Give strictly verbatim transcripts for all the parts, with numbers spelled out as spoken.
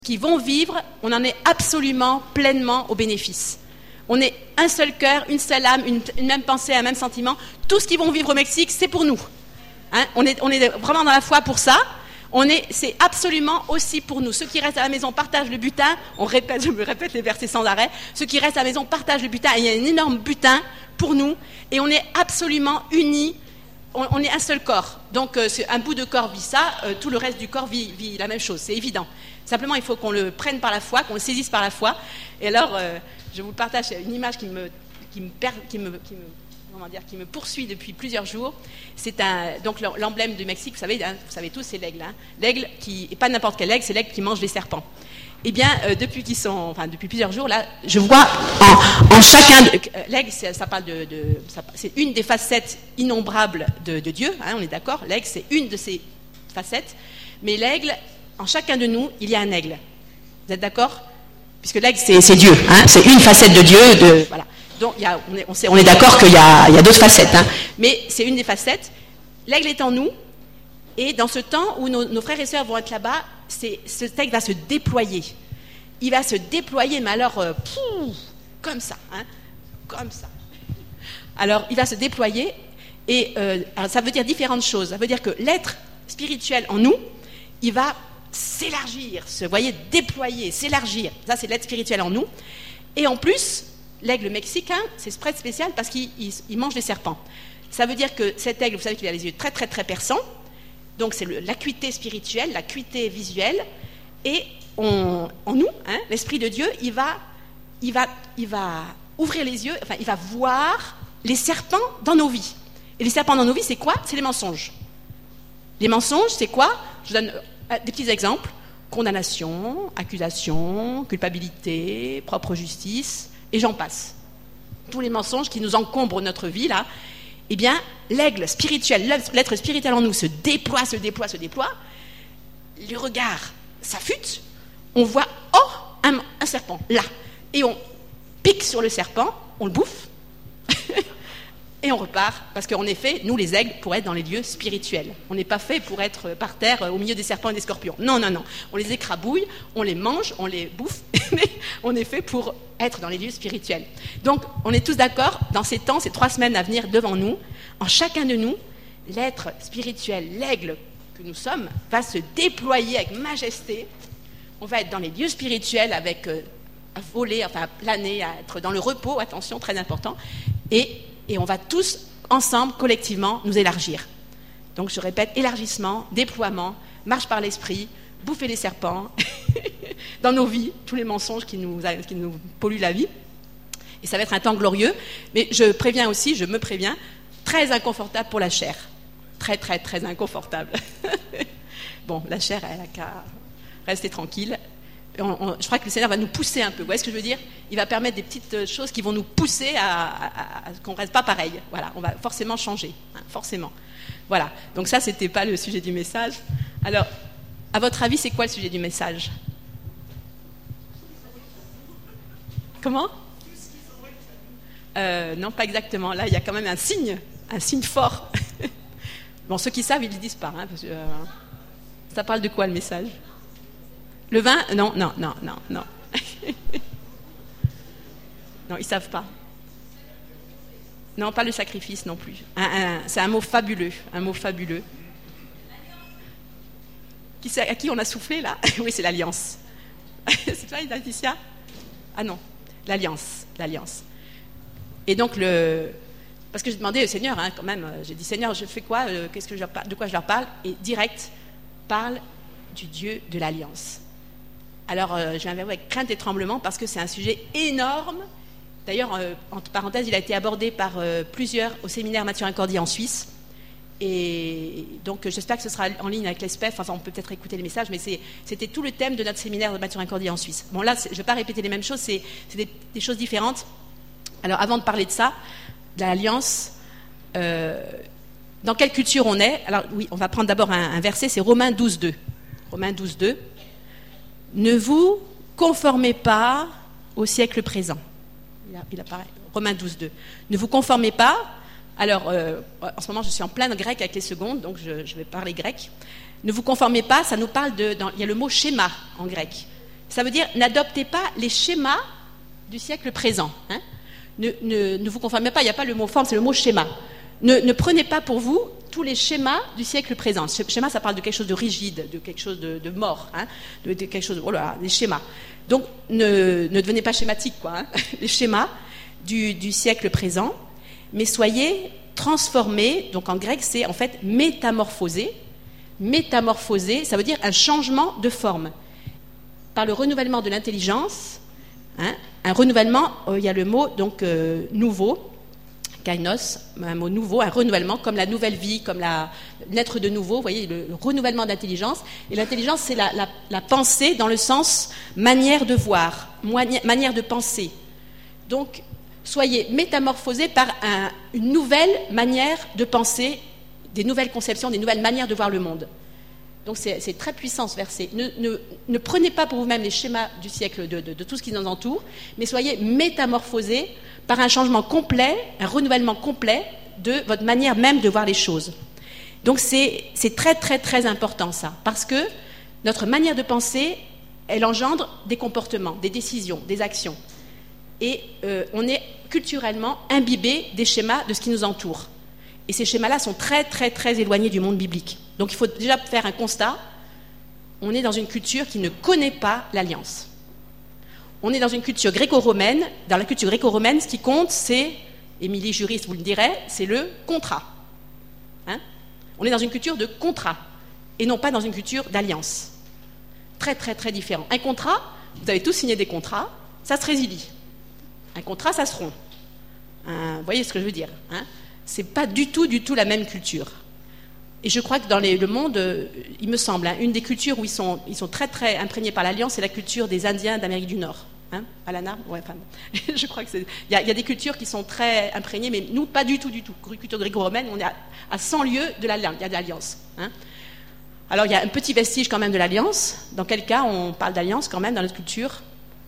qui vont vivre, on en est absolument pleinement au bénéfice. On est un seul cœur, une seule âme, une, une même pensée, un même sentiment. Tout ce qu'ils vont vivre au Mexique, c'est pour nous. Hein, on, est, on est vraiment dans la foi pour ça. On est, c'est absolument aussi pour nous. Ceux qui restent à la maison partagent le butin. On répète, je me répète les versets sans arrêt. Ceux qui restent à la maison partagent le butin. Et il y a un énorme butin pour nous. Et on est absolument unis. On, on est un seul corps. Donc, euh, un bout de corps vit ça, euh, tout le reste du corps vit, vit la même chose. C'est évident. Simplement, il faut qu'on le prenne par la foi, qu'on le saisisse par la foi. Et alors, euh, je vous partage une image qui me, qui me, per, qui me, qui me, comment dire, qui me poursuit depuis plusieurs jours. C'est un, donc l'emblème du Mexique, vous savez, hein, vous savez tous, c'est l'aigle. Hein. L'aigle qui, et pas n'importe quel aigle, c'est l'aigle qui mange les serpents. Eh bien, euh, depuis qu'ils sont, enfin depuis plusieurs jours là, je vois en, en chacun, de, euh, l'aigle, ça parle de, de ça, c'est une des facettes innombrables de, de Dieu. Hein, on est d'accord. L'aigle, c'est une de ses facettes. Mais l'aigle, en chacun de nous, il y a un aigle. Vous êtes d'accord? Puisque l'aigle, c'est, c'est Dieu. Hein, c'est une facette de Dieu. De, voilà. Donc, il y a, on, est, on, sait, on est d'accord qu'il y a, il y a d'autres facettes. Hein, mais c'est une des facettes. L'aigle est en nous. Et dans ce temps où nos, nos frères et sœurs vont être là-bas, c'est, ce aigle va se déployer. Il va se déployer, mais alors, euh, pouf, comme ça, hein, comme ça. Alors, il va se déployer, et euh, alors, ça veut dire différentes choses. Ça veut dire que l'être spirituel en nous, il va s'élargir, se, voyez, déployer, s'élargir. Ça, c'est l'être spirituel en nous. Et en plus, l'aigle mexicain, c'est très spécial parce qu'il il, il mange des serpents. Ça veut dire que cet aigle, vous savez qu'il a les yeux très, très, très perçants. Donc, c'est le, l'acuité spirituelle, l'acuité visuelle. Et on, en nous, hein, l'Esprit de Dieu, il va, il, va, il va ouvrir les yeux, enfin, il va voir les serpents dans nos vies. Et les serpents dans nos vies, c'est quoi? C'est les mensonges. Les mensonges, c'est quoi? Je vous donne des petits exemples. Condamnation, accusation, culpabilité, propre justice, et j'en passe. Tous les mensonges qui nous encombrent notre vie, là, eh bien, l'aigle spirituel, l'être spirituel en nous se déploie, se déploie, se déploie. Le regard s'affûte. On voit, oh, un, un serpent, là. Et on pique sur le serpent, on le bouffe, et on repart. Parce qu'en effet, nous, les aigles, pour être dans les lieux spirituels. On n'est pas fait pour être par terre au milieu des serpents et des scorpions. Non, non, non. On les écrabouille, on les mange, on les bouffe, mais on est fait pour être dans les lieux spirituels. Donc, on est tous d'accord, dans ces temps, ces trois semaines à venir devant nous, en chacun de nous, l'être spirituel, l'aigle que nous sommes, va se déployer avec majesté. On va être dans les lieux spirituels avec euh, à voler, enfin à planer, à être dans le repos, attention, très important, et, et on va tous, ensemble, collectivement, nous élargir. Donc je répète, élargissement, déploiement, marche par l'esprit, bouffer les serpents, dans nos vies, tous les mensonges qui nous, qui nous polluent la vie. Et ça va être un temps glorieux, mais je préviens aussi, je me préviens, très inconfortable pour la chair. Très, très, très inconfortable. Bon, la chair, elle a qu'à rester tranquille. On, on, je crois que le Seigneur va nous pousser un peu. Vous voyez ce que je veux dire? Il va permettre des petites choses qui vont nous pousser à, à, à, à qu'on ne reste pas pareil. Voilà, on va forcément changer. Hein, forcément. Voilà. Donc ça, ce n'était pas le sujet du message. Alors, à votre avis, c'est quoi le sujet du message? Comment? euh, Non, pas exactement. Là, il y a quand même un signe, un signe fort. Bon, ceux qui savent, ils ne le disent pas. Hein, parce que, euh, ça parle de quoi, le message? Le vin? Non, non, non, non, non. Non, ils ne savent pas. Non, pas le sacrifice non plus. Un, un, c'est un mot fabuleux, un mot fabuleux. Qui c'est, à qui on a soufflé, là? Oui, c'est l'alliance. C'est toi, Laetitia? Ah non, l'alliance, l'alliance. Et donc, le... Parce que j'ai demandé au Seigneur, hein, quand même, j'ai dit, Seigneur, je fais quoi, euh, qu'est-ce que je leur parle, de quoi je leur parle? Et direct, parle du Dieu de l'Alliance. Alors, euh, je viens vers vous avec crainte et tremblement parce que c'est un sujet énorme. D'ailleurs, euh, entre parenthèses, il a été abordé par euh, plusieurs au séminaire Mathurin-Cordy en Suisse. Et donc, j'espère que ce sera en ligne avec l'E S P E F. Enfin, on peut peut-être écouter les messages, mais c'est, c'était tout le thème de notre séminaire de Mathurin-Cordy en Suisse. Bon, là, je ne vais pas répéter les mêmes choses, c'est, c'est des, des choses différentes. Alors, avant de parler de ça, de l'Alliance, euh, dans quelle culture on est? Alors oui, on va prendre d'abord un, un verset, c'est Romains douze deux. Romains douze deux. Ne vous conformez pas au siècle présent. Il, a, il apparaît. Romains douze deux. Ne vous conformez pas. Alors, euh, en ce moment, je suis en plein grec avec les secondes, donc je, je vais parler grec. Ne vous conformez pas, ça nous parle de... Dans, il y a le mot schéma en grec. Ça veut dire, n'adoptez pas les schémas du siècle présent. Hein. Ne, ne, ne vous conformez pas, il n'y a pas le mot forme, c'est le mot schéma. Ne, ne prenez pas pour vous tous les schémas du siècle présent. Ce schéma, ça parle de quelque chose de rigide, de quelque chose de, de mort, hein, de, de quelque chose de, oh là, des schémas. Donc, ne, ne devenez pas schématique, quoi, hein, les schémas du, du siècle présent, mais soyez transformés. Donc, en grec, c'est en fait métamorphosé. Métamorphosé, ça veut dire un changement de forme par le renouvellement de l'intelligence. Hein, un renouvellement, euh, il y a le mot donc euh, nouveau. Kainos, un mot nouveau, un renouvellement, comme la nouvelle vie, comme la, naître de nouveau, vous voyez, le, le renouvellement d'intelligence. Et l'intelligence, c'est la, la, la pensée dans le sens manière de voir, moign- manière de penser. Donc, soyez métamorphosés par un, une nouvelle manière de penser, des nouvelles conceptions, des nouvelles manières de voir le monde. Donc, c'est, c'est très puissant ce verset. Ne, ne, ne prenez pas pour vous-même les schémas du siècle de, de, de tout ce qui nous entoure, mais soyez métamorphosés par un changement complet, un renouvellement complet de votre manière même de voir les choses. Donc c'est, c'est très très très important ça, parce que notre manière de penser, elle engendre des comportements, des décisions, des actions. Et euh, on est culturellement imbibé des schémas de ce qui nous entoure. Et ces schémas-là sont très très très éloignés du monde biblique. Donc il faut déjà faire un constat, on est dans une culture qui ne connaît pas l'alliance. On est dans une culture gréco-romaine. Dans la culture gréco-romaine, ce qui compte, c'est, Émilie juriste vous le dirait, c'est le contrat. Hein? On est dans une culture de contrat, et non pas dans une culture d'alliance. Très, très, très différent. Un contrat, vous avez tous signé des contrats, ça se résilie. Un contrat, ça se rompt. Un, vous voyez ce que je veux dire, hein? C'est pas du tout, du tout la même culture. Et je crois que dans les, le monde, euh, il me semble, hein, une des cultures où ils sont, ils sont très, très imprégnés par l'alliance, c'est la culture des Indiens d'Amérique du Nord. Hein, Alana, ouais, enfin, je crois que c'est. Il y, a, il y a des cultures qui sont très imprégnées, mais nous, pas du tout, du tout. Culture gréco-romaine, on est à, à cent lieues de l'alliance. Il y a de l'alliance. Hein. Alors, il y a un petit vestige quand même de l'alliance. Dans quel cas on parle d'alliance quand même dans notre culture?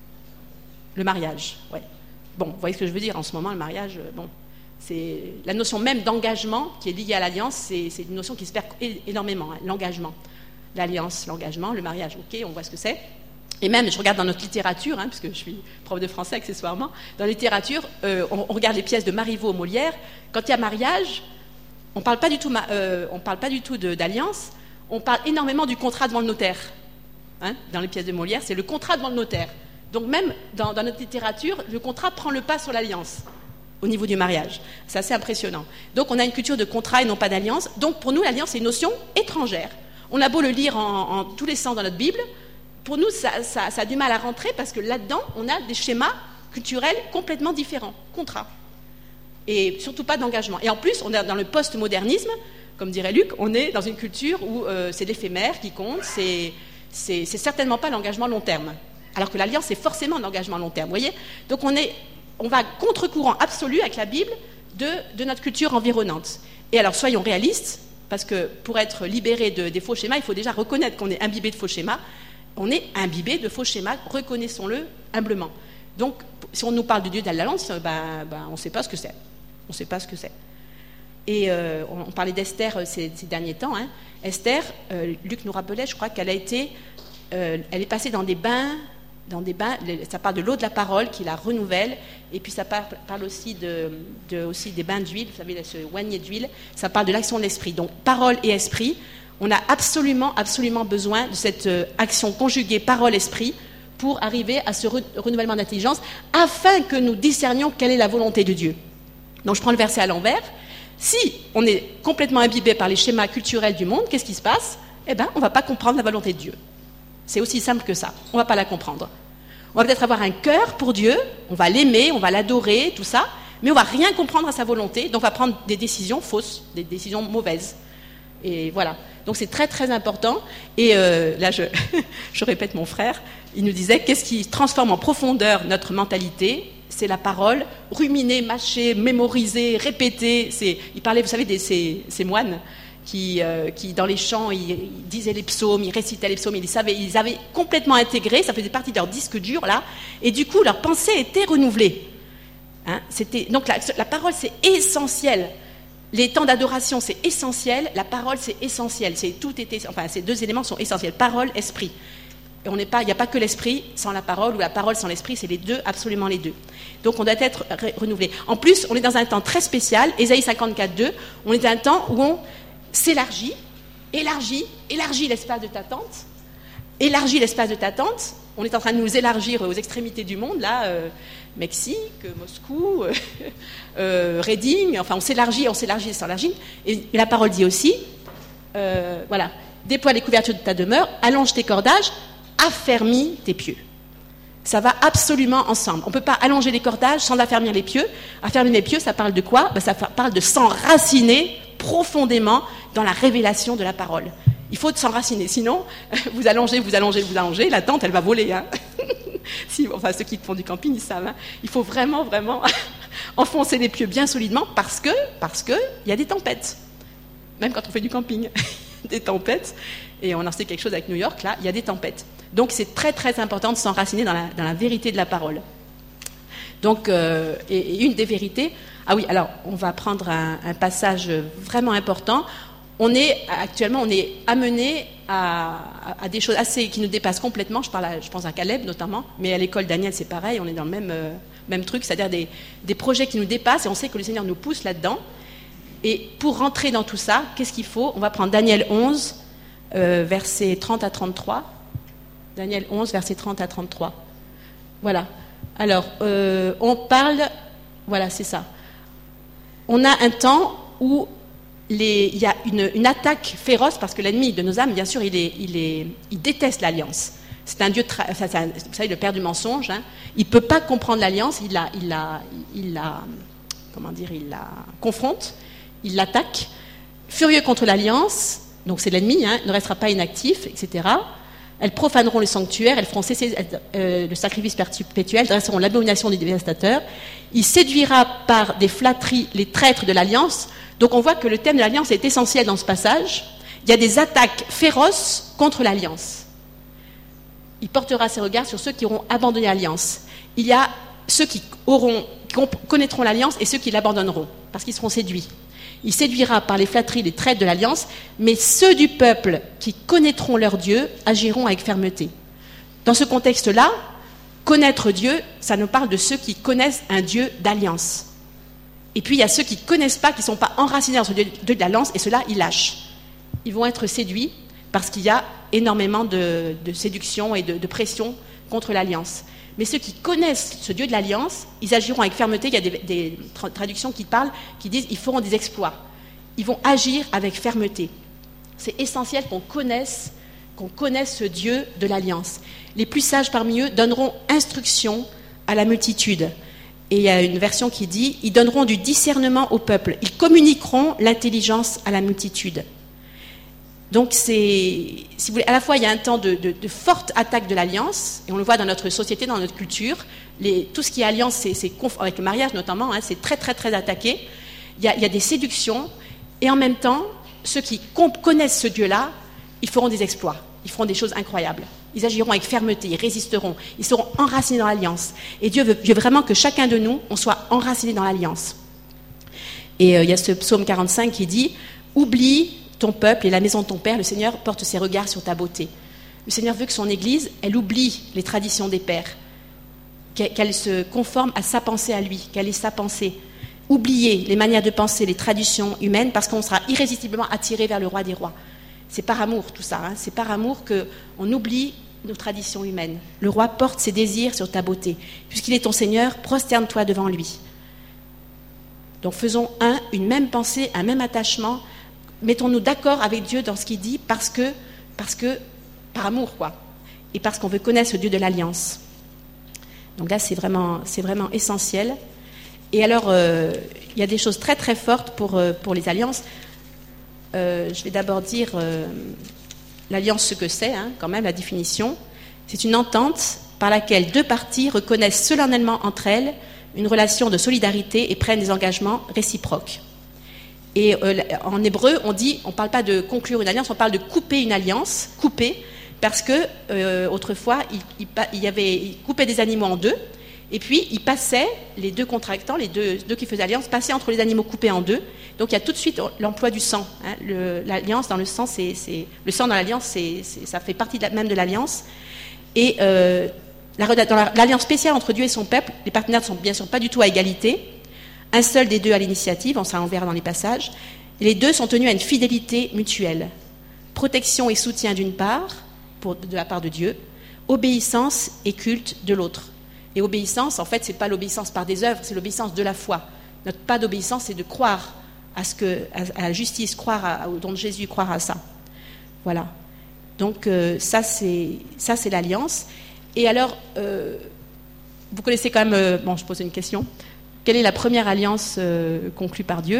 Le mariage. Ouais. Bon, vous voyez ce que je veux dire en ce moment, le mariage. Bon, c'est la notion même d'engagement qui est liée à l'alliance. C'est, c'est une notion qui se perd énormément. Hein, l'engagement, l'alliance, l'engagement, le mariage. Ok, on voit ce que c'est. Et même, je regarde dans notre littérature, hein, puisque je suis prof de français accessoirement, dans la littérature, euh, on, on regarde les pièces de Marivaux ou Molière. Quand il y a mariage, on ne parle pas du tout, euh, on parle pas du tout de, d'alliance, on parle énormément du contrat devant le notaire. Hein, dans les pièces de Molière, c'est le contrat devant le notaire. Donc même dans, dans notre littérature, le contrat prend le pas sur l'alliance au niveau du mariage. C'est assez impressionnant. Donc on a une culture de contrat et non pas d'alliance. Donc pour nous, l'alliance est une notion étrangère. On a beau le lire en, en tous les sens dans notre Bible, pour nous, ça, ça, ça a du mal à rentrer parce que là-dedans, on a des schémas culturels complètement différents. Contrat. Et surtout pas d'engagement. Et en plus, on est dans le post-modernisme, comme dirait Luc, on est dans une culture où euh, c'est l'éphémère qui compte, c'est, c'est, c'est certainement pas l'engagement long terme. Alors que l'alliance, c'est forcément un engagement long terme, vous voyez ? Donc on, est, on va contre-courant absolu avec la Bible de, de notre culture environnante. Et alors, soyons réalistes, parce que pour être libéré de, des faux schémas, il faut déjà reconnaître qu'on est imbibé de faux schémas. On est imbibé de faux schémas, reconnaissons-le humblement. Donc, si on nous parle de Dieu de l'alliance, ben, ben, on ne sait pas ce que c'est. On ne sait pas ce que c'est. Et euh, on, on parlait d'Esther ces, ces derniers temps. Hein. Esther, euh, Luc nous rappelait, je crois qu'elle a été, euh, elle est passée dans des bains, dans des bains. Ça parle de l'eau de la parole qui la renouvelle, et puis ça parle, parle aussi de, de aussi des bains d'huile. Vous savez, ce oignet d'huile. Ça parle de l'action de l'esprit. Donc, parole et esprit. On a absolument, absolument besoin de cette euh, action conjuguée parole-esprit pour arriver à ce re- renouvellement d'intelligence afin que nous discernions quelle est la volonté de Dieu. Donc je prends le verset à l'envers. Si on est complètement imbibé par les schémas culturels du monde, qu'est-ce qui se passe ? Eh bien, on ne va pas comprendre la volonté de Dieu. C'est aussi simple que ça. On ne va pas la comprendre. On va peut-être avoir un cœur pour Dieu, on va l'aimer, on va l'adorer, tout ça, mais on ne va rien comprendre à sa volonté, donc on va prendre des décisions fausses, des décisions mauvaises. Et voilà. Donc c'est très très important. Et euh, là, je, je répète mon frère, il nous disait, qu'est-ce qui transforme en profondeur notre mentalité ? C'est la parole, ruminer, mâcher, mémoriser, répéter. C'est, il parlait, vous savez, de ces, ces moines qui, euh, qui, dans les chants, ils, ils disaient les psaumes, ils récitaient les psaumes, ils, savaient, ils avaient complètement intégré, ça faisait partie de leur disque dur, là, et du coup, leur pensée était renouvelée. Hein, c'était, donc la, la parole, c'est essentiel. Les temps d'adoration, c'est essentiel. La parole, c'est essentiel. C'est, tout était, enfin, ces deux éléments sont essentiels. Parole, esprit. Et on n'est pas, il n'y a pas que l'esprit sans la parole ou la parole sans l'esprit, c'est les deux, absolument les deux. Donc on doit être ré- renouvelé. En plus, on est dans un temps très spécial, Ésaïe cinquante-quatre deux, on est dans un temps où on s'élargit, élargit, élargit l'espace de t'attente, élargit l'espace de t'attente. On est en train de nous élargir aux extrémités du monde, là, euh, Mexique, Moscou, euh, euh, Reading, enfin on s'élargit, on s'élargit, on s'élargit. Et, et la parole dit aussi, euh, voilà, déploie les couvertures de ta demeure, allonge tes cordages, affermis tes pieux. Ça va absolument ensemble. On ne peut pas allonger les cordages sans affermir les pieux. Affermir les pieux, ça parle de quoi? Ben, ça parle de s'enraciner profondément dans la révélation de la parole. Il faut s'enraciner, sinon vous allongez, vous allongez, vous allongez, la tente elle va voler. Hein. si, enfin ceux qui font du camping ils savent. Hein. Il faut vraiment, vraiment enfoncer les pieux bien solidement parce que, parce que il y a des tempêtes. Même quand on fait du camping, des tempêtes. Et on en sait quelque chose avec New York, là, il y a des tempêtes. Donc c'est très très important de s'enraciner dans la, dans la vérité de la parole. Donc, euh, et, et une des vérités, ah oui, alors on va prendre un, un passage vraiment important. On est actuellement, on est amené à, à, à des choses assez qui nous dépassent complètement. Je parle, à, je pense à Caleb notamment, mais à l'école Daniel c'est pareil. On est dans le même euh, même truc, c'est-à-dire des, des projets qui nous dépassent et on sait que le Seigneur nous pousse là-dedans. Et pour rentrer dans tout ça, qu'est-ce qu'il faut? On va prendre Daniel onze, euh, versets trente à trente-trois. Daniel onze, versets trente à trente-trois. Voilà. Alors, euh, on parle, voilà, c'est ça. On a un temps où les, il y a une, une attaque féroce, parce que l'ennemi de nos âmes, bien sûr, il, est, il, est, il déteste l'alliance. C'est un Dieu, tra- ça, ça, vous savez, le père du mensonge. Hein. Il ne peut pas comprendre l'alliance, il la, il la, il la, comment dire, il la confronte, il l'attaque. Furieux contre l'alliance, donc c'est l'ennemi, hein, ne restera pas inactif, et cetera. Elles profaneront le sanctuaire, elles feront cesser euh, le sacrifice perpétuel, dresseront l'abomination des dévastateurs. Il séduira par des flatteries les traîtres de l'alliance. Donc on voit que le thème de l'alliance est essentiel dans ce passage. Il y a des attaques féroces contre l'alliance. Il portera ses regards sur ceux qui auront abandonné l'alliance. Il y a ceux qui, auront, qui connaîtront l'alliance et ceux qui l'abandonneront, parce qu'ils seront séduits. Il séduira par les flatteries les traîtres de l'alliance, mais ceux du peuple qui connaîtront leur Dieu agiront avec fermeté. Dans ce contexte-là, connaître Dieu, ça nous parle de ceux qui connaissent un Dieu d'alliance. Et puis il y a ceux qui ne connaissent pas, qui ne sont pas enracinés dans ce Dieu de l'alliance, et ceux-là, ils lâchent. Ils vont être séduits parce qu'il y a énormément de, de séduction et de, de pression contre l'alliance. Mais ceux qui connaissent ce Dieu de l'Alliance, ils agiront avec fermeté. Il y a des, des traductions qui parlent, qui disent ils feront des exploits. Ils vont agir avec fermeté. C'est essentiel qu'on connaisse, qu'on connaisse ce Dieu de l'Alliance. Les plus sages parmi eux donneront instruction à la multitude. Et il y a une version qui dit ils donneront du discernement au peuple. Ils communiqueront l'intelligence à la multitude. Donc, c'est, si vous voulez, à la fois, il y a un temps de, de, de forte attaque de l'alliance, et on le voit dans notre société, dans notre culture. Les, tout ce qui est alliance, c'est, c'est conf, avec le mariage notamment, hein, c'est très, très, très attaqué. Il y, a, il y a des séductions, et en même temps, ceux qui comp- connaissent ce Dieu-là, ils feront des exploits, ils feront des choses incroyables. Ils agiront avec fermeté, ils résisteront, ils seront enracinés dans l'alliance. Et Dieu veut, Dieu veut vraiment que chacun de nous, on soit enracinés dans l'alliance. Et euh, il y a ce psaume quarante-cinq qui dit « Oublie ton peuple et la maison de ton père, le Seigneur porte ses regards sur ta beauté. » Le Seigneur veut que son Église, elle oublie les traditions des pères, qu'elle se conforme à sa pensée à lui, qu'elle ait sa pensée. Oublier les manières de penser, les traditions humaines, parce qu'on sera irrésistiblement attiré vers le roi des rois. C'est par amour tout ça, hein. C'est par amour qu'on oublie nos traditions humaines. Le roi porte ses désirs sur ta beauté. Puisqu'il est ton Seigneur, prosterne-toi devant lui. Donc faisons un, une même pensée, un même attachement. Mettons-nous d'accord avec Dieu dans ce qu'il dit parce que, parce que, par amour, quoi. Et parce qu'on veut connaître ce Dieu de l'Alliance. Donc là, c'est vraiment, c'est vraiment essentiel. Et alors, euh, il y a des choses très très fortes pour, euh, pour les alliances. Euh, je vais d'abord dire euh, l'alliance, ce que c'est, hein, quand même, la définition. C'est une entente par laquelle deux parties reconnaissent solennellement entre elles une relation de solidarité et prennent des engagements réciproques. Et euh, en hébreu, on dit, on ne parle pas de conclure une alliance, on parle de couper une alliance, couper, parce que euh, autrefois, il, il, il y avait, il coupait des animaux en deux, et puis il passait, les deux contractants, les deux, deux qui faisaient alliance, passaient entre les animaux coupés en deux. Donc il y a tout de suite l'emploi du sang. Hein. Le, l'alliance dans le sang, c'est, c'est, le sang dans l'alliance, c'est, c'est, ça fait partie de la, même de l'alliance. Et euh, la, dans la, l'alliance spéciale entre Dieu et son peuple, les partenaires ne sont bien sûr pas du tout à égalité. Un seul des deux a l'initiative, on s'en verra dans les passages. Et les deux sont tenus à une fidélité mutuelle. Protection et soutien d'une part, pour, de la part de Dieu, obéissance et culte de l'autre. Et obéissance, en fait, ce n'est pas l'obéissance par des œuvres, c'est l'obéissance de la foi. Notre pas d'obéissance, c'est de croire à, ce que, à, à la justice, croire à, au don de Jésus, croire à ça. Voilà. Donc euh, ça, c'est, ça, c'est l'alliance. Et alors, euh, vous connaissez quand même... Euh, bon, je pose une question. Quelle est la première alliance euh, conclue par Dieu ?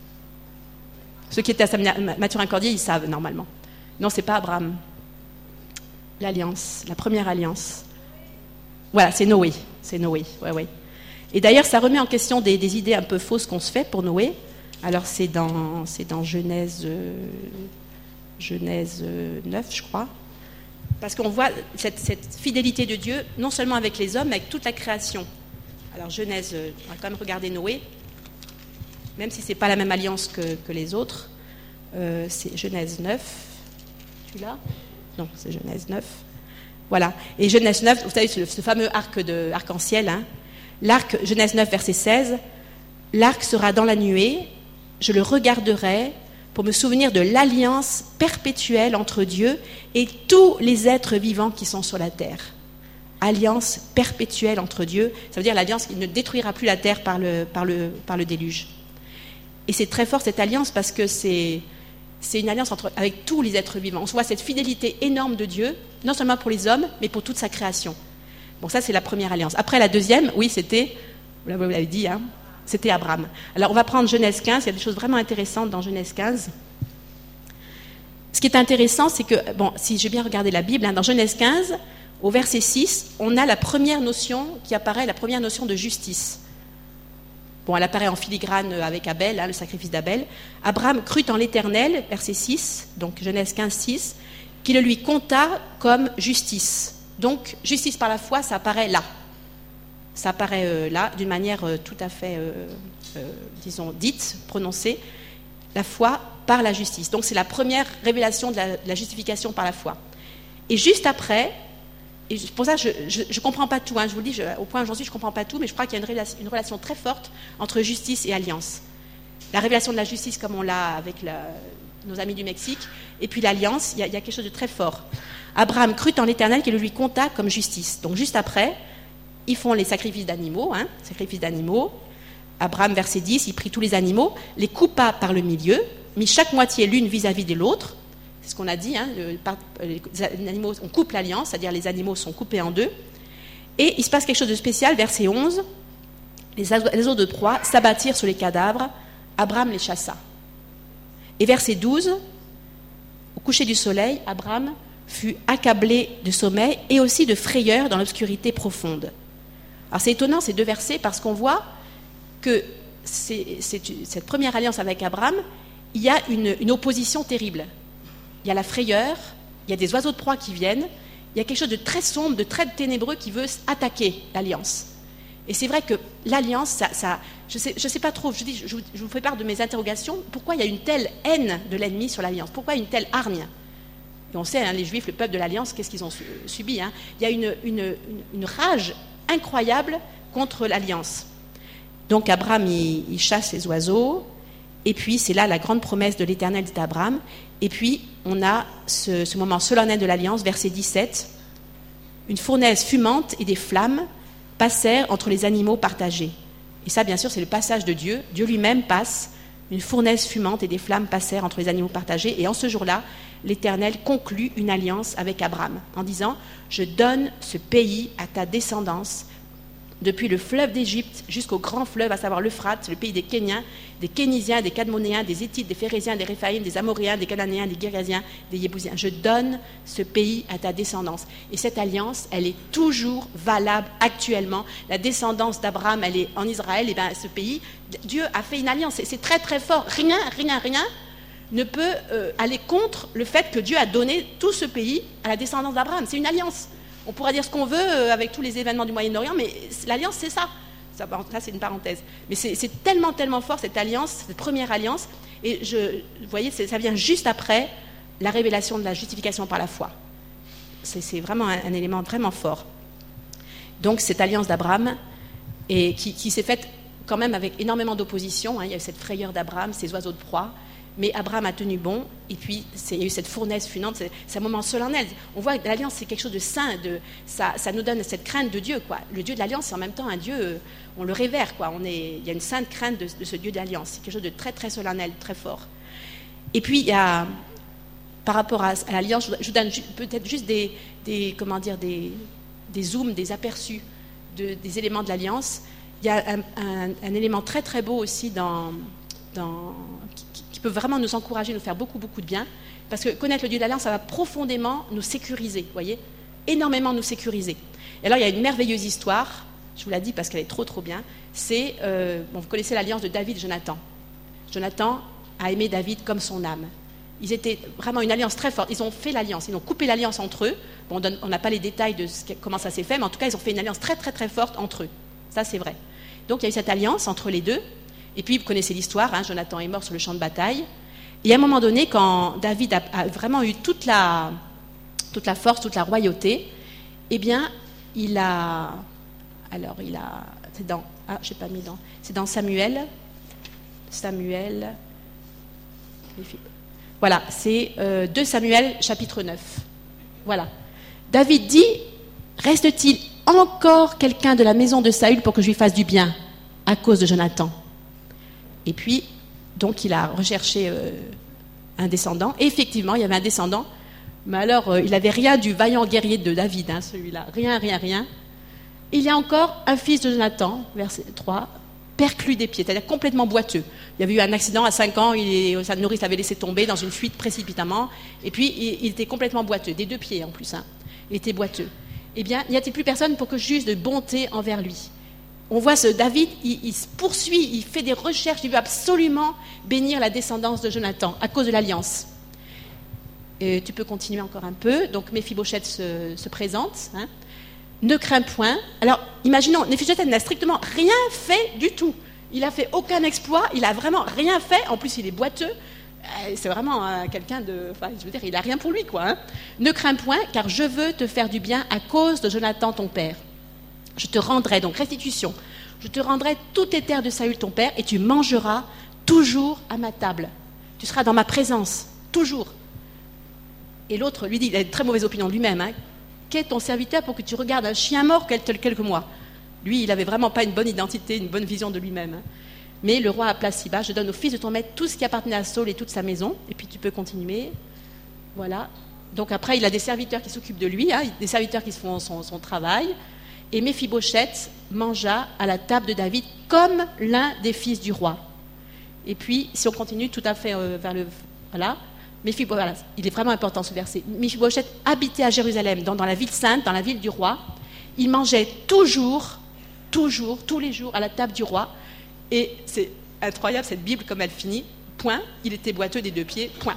Ceux qui étaient à Mathurin-Cordier, ils savent normalement. Non, ce n'est pas Abraham. L'alliance, la première alliance. Voilà, c'est Noé. C'est Noé, ouais, ouais. Et d'ailleurs, ça remet en question des, des idées un peu fausses qu'on se fait pour Noé. Alors, c'est dans, c'est dans Genèse, euh, Genèse neuf, je crois. Parce qu'on voit cette, cette fidélité de Dieu, non seulement avec les hommes, mais avec toute la création. Alors, Genèse, on va quand même regarder Noé, même si ce n'est pas la même alliance que, que les autres. Euh, c'est Genèse neuf. Tu l'as ? Non, c'est Genèse neuf. Voilà. Et Genèse neuf, vous savez, ce, ce fameux arc de arc-en-ciel, hein. L'arc, Genèse neuf, verset seize, l'arc sera dans la nuée, je le regarderai pour me souvenir de l'alliance perpétuelle entre Dieu et tous les êtres vivants qui sont sur la terre. Alliance perpétuelle entre Dieu, ça veut dire l'alliance qui ne détruira plus la terre par le, par le, par le déluge. Et c'est très fort cette alliance parce que c'est, c'est une alliance entre, avec tous les êtres vivants. On voit cette fidélité énorme de Dieu, non seulement pour les hommes, mais pour toute sa création. Bon, ça, c'est la première alliance. Après, la deuxième, oui, c'était, vous l'avez dit, hein, c'était Abraham. Alors, on va prendre Genèse quinze. Il y a des choses vraiment intéressantes dans Genèse quinze. Ce qui est intéressant, c'est que, bon, si j'ai bien regardé la Bible, hein, dans Genèse quinze, au verset six, on a la première notion qui apparaît, la première notion de justice. Bon, elle apparaît en filigrane avec Abel, hein, le sacrifice d'Abel. Abraham crut en l'Éternel, verset six, donc Genèse quinze, six, qui le lui compta comme justice. Donc, justice par la foi, ça apparaît là. Ça apparaît euh, là, d'une manière euh, tout à fait, euh, euh, disons, dite, prononcée. La foi par la justice. Donc, c'est la première révélation de la, de la justification par la foi. Et juste après, et pour ça, je ne comprends pas tout. Hein, je vous le dis, je, au point où j'en suis, je ne comprends pas tout, mais je crois qu'il y a une relation, une relation très forte entre justice et alliance. La révélation de la justice, comme on l'a avec la, nos amis du Mexique, et puis l'alliance, il y, a, il y a quelque chose de très fort. Abraham crut en l'Éternel qui le lui compta comme justice. Donc juste après, ils font les sacrifices d'animaux, hein, sacrifices d'animaux. Abraham, verset dix, il prit tous les animaux, les coupa par le milieu, mit chaque moitié l'une vis-à-vis de l'autre. C'est ce qu'on a dit, hein, le, par, les animaux, on coupe l'alliance, c'est-à-dire les animaux sont coupés en deux. Et il se passe quelque chose de spécial, verset onze, les oiseaux de proie s'abattirent sur les cadavres, Abraham les chassa. Et verset douze, au coucher du soleil, Abraham fut accablé de sommeil et aussi de frayeur dans l'obscurité profonde. Alors c'est étonnant ces deux versets parce qu'on voit que c'est, c'est, cette première alliance avec Abraham, il y a une, une opposition terrible. Il y a la frayeur, il y a des oiseaux de proie qui viennent, il y a quelque chose de très sombre, de très ténébreux qui veut attaquer l'alliance. Et c'est vrai que l'alliance, ça, ça, je ne sais, je sais pas trop, je, dis, je, je vous fais part de mes interrogations, pourquoi il y a une telle haine de l'ennemi sur l'alliance ? Pourquoi une telle hargne ? Et on sait, hein, les Juifs, le peuple de l'Alliance, qu'est-ce qu'ils ont subi, hein ? Il y a une, une, une, une rage incroyable contre l'Alliance. Donc Abraham, il, il chasse les oiseaux, et puis c'est là la grande promesse de l'Éternel dit à Abraham. Et puis on a ce, ce moment solennel de l'Alliance, verset dix-sept. Une fournaise fumante et des flammes passèrent entre les animaux partagés. Et ça, bien sûr, c'est le passage de Dieu. Dieu lui-même passe. Une fournaise fumante et des flammes passèrent entre les animaux partagés. Et en ce jour-là, l'Éternel conclut une alliance avec Abraham en disant « Je donne ce pays à ta descendance depuis le fleuve d'Égypte jusqu'au grand fleuve, à savoir l'Euphrate, le pays des Kéniens, des Kénisiens, des Cadmonéens, des Héthites, des Phéréziens, des Réphaïm, des Amoréens, des Cananéens, des Guérésiens, des Yébousiens. Je donne ce pays à ta descendance. » Et cette alliance, elle est toujours valable actuellement. La descendance d'Abraham, elle est en Israël. Et bien, ce pays, Dieu a fait une alliance. C'est, c'est très, très fort. Rien, rien, rien ne peut euh, aller contre le fait que Dieu a donné tout ce pays à la descendance d'Abraham. C'est une alliance. On pourrait dire ce qu'on veut euh, avec tous les événements du Moyen-Orient, mais l'alliance, c'est ça. Ça, ça c'est une parenthèse. Mais c'est, c'est tellement, tellement fort, cette alliance, cette première alliance. Et je, vous voyez, c'est, ça vient juste après la révélation de la justification par la foi. c'est, c'est vraiment un, un élément vraiment fort. Donc cette alliance d'Abraham, et qui, qui s'est faite quand même avec énormément d'opposition, hein, il y a eu cette frayeur d'Abraham, ces oiseaux de proie, mais Abraham a tenu bon, et puis c'est, il y a eu cette fournaise funante, c'est, c'est un moment solennel. On voit que l'alliance, c'est quelque chose de saint, de, ça, ça nous donne cette crainte de Dieu, quoi. Le Dieu de l'alliance, c'est en même temps un Dieu, on le révère, quoi. On est, il y a une sainte crainte de, de ce Dieu de l'alliance, c'est quelque chose de très très solennel, très fort. Et puis il y a, par rapport à, à l'alliance, je vous donne peut-être juste des, des comment dire, des, des zooms, des aperçus de, des éléments de l'alliance. Il y a un, un, un élément très très beau aussi dans, dans, qui, qui peut vraiment nous encourager, nous faire beaucoup beaucoup de bien, parce que connaître le Dieu de l'alliance, ça va profondément nous sécuriser, vous voyez, énormément nous sécuriser. Et alors il y a une merveilleuse histoire, je vous la dis parce qu'elle est trop trop bien, c'est, euh, bon, vous connaissez l'alliance de David et Jonathan. Jonathan a aimé David comme son âme. Ils étaient vraiment une alliance très forte. Ils ont fait l'alliance, ils ont coupé l'alliance entre eux. Bon, on n'a pas les détails de ce, comment ça s'est fait, mais en tout cas, ils ont fait une alliance très très très forte entre eux. Ça, c'est vrai. Donc, il y a eu cette alliance entre les deux. Et puis, vous connaissez l'histoire, hein, Jonathan est mort sur le champ de bataille. Et à un moment donné, quand David a, a vraiment eu toute la, toute la force, toute la royauté, eh bien, il a... Alors, il a... C'est dans... Ah, je n'ai pas mis dans... C'est dans Samuel. Samuel... Voilà, c'est euh, deux Samuel, chapitre neuf. Voilà. David dit, reste-t-il encore quelqu'un de la maison de Saül pour que je lui fasse du bien à cause de Jonathan? Et puis, donc, il a recherché euh, un descendant. Et effectivement, il y avait un descendant. Mais alors, euh, il n'avait rien du vaillant guerrier de David, hein, celui-là. Rien, rien, rien. Il y a encore un fils de Jonathan, verset trois, perclus des pieds, c'est-à-dire complètement boiteux. Il y avait eu un accident à cinq ans, il est, sa nourrice l'avait laissé tomber dans une fuite précipitamment, et puis il, il était complètement boiteux, des deux pieds en plus, hein. Il était boiteux. Eh bien, n'y a-t-il plus personne pour que je juge de bonté envers lui? On voit ce David, il, il se poursuit, il fait des recherches, il veut absolument bénir la descendance de Jonathan à cause de l'alliance. Et tu peux continuer encore un peu. Donc Méphibosheth se, se présente, hein. Ne crains point. Alors, imaginons, Méphibosheth n'a strictement rien fait du tout. Il n'a fait aucun exploit, il n'a vraiment rien fait. En plus, il est boiteux. C'est vraiment euh, quelqu'un de... Enfin, je veux dire, il n'a rien pour lui, quoi. Hein. Ne crains point, car je veux te faire du bien à cause de Jonathan, ton père. Je te rendrai, donc restitution, je te rendrai toutes les terres de Saül, ton père, et tu mangeras toujours à ma table. Tu seras dans ma présence, toujours. Et l'autre, lui dit, il a une très mauvaise opinion de lui-même, hein. Qu'est ton serviteur pour que tu regardes un chien mort quelques mois? Lui, il n'avait vraiment pas une bonne identité, une bonne vision de lui-même. Hein. Mais le roi appela Siba, je donne au fils de ton maître tout ce qui appartenait à Saül et toute sa maison. Et puis tu peux continuer. Voilà. Donc après, il a des serviteurs qui s'occupent de lui, hein, des serviteurs qui font son, son travail. Et Méphibosheth mangea à la table de David comme l'un des fils du roi. Et puis, si on continue tout à fait euh, vers le... Voilà. Méphibosheth, voilà, il est vraiment important ce verset. Méphibosheth habitait à Jérusalem, dans, dans la ville sainte, dans la ville du roi. Il mangeait toujours, toujours, tous les jours à la table du roi. Et c'est incroyable cette Bible comme elle finit. Point, il était boiteux des deux pieds, point.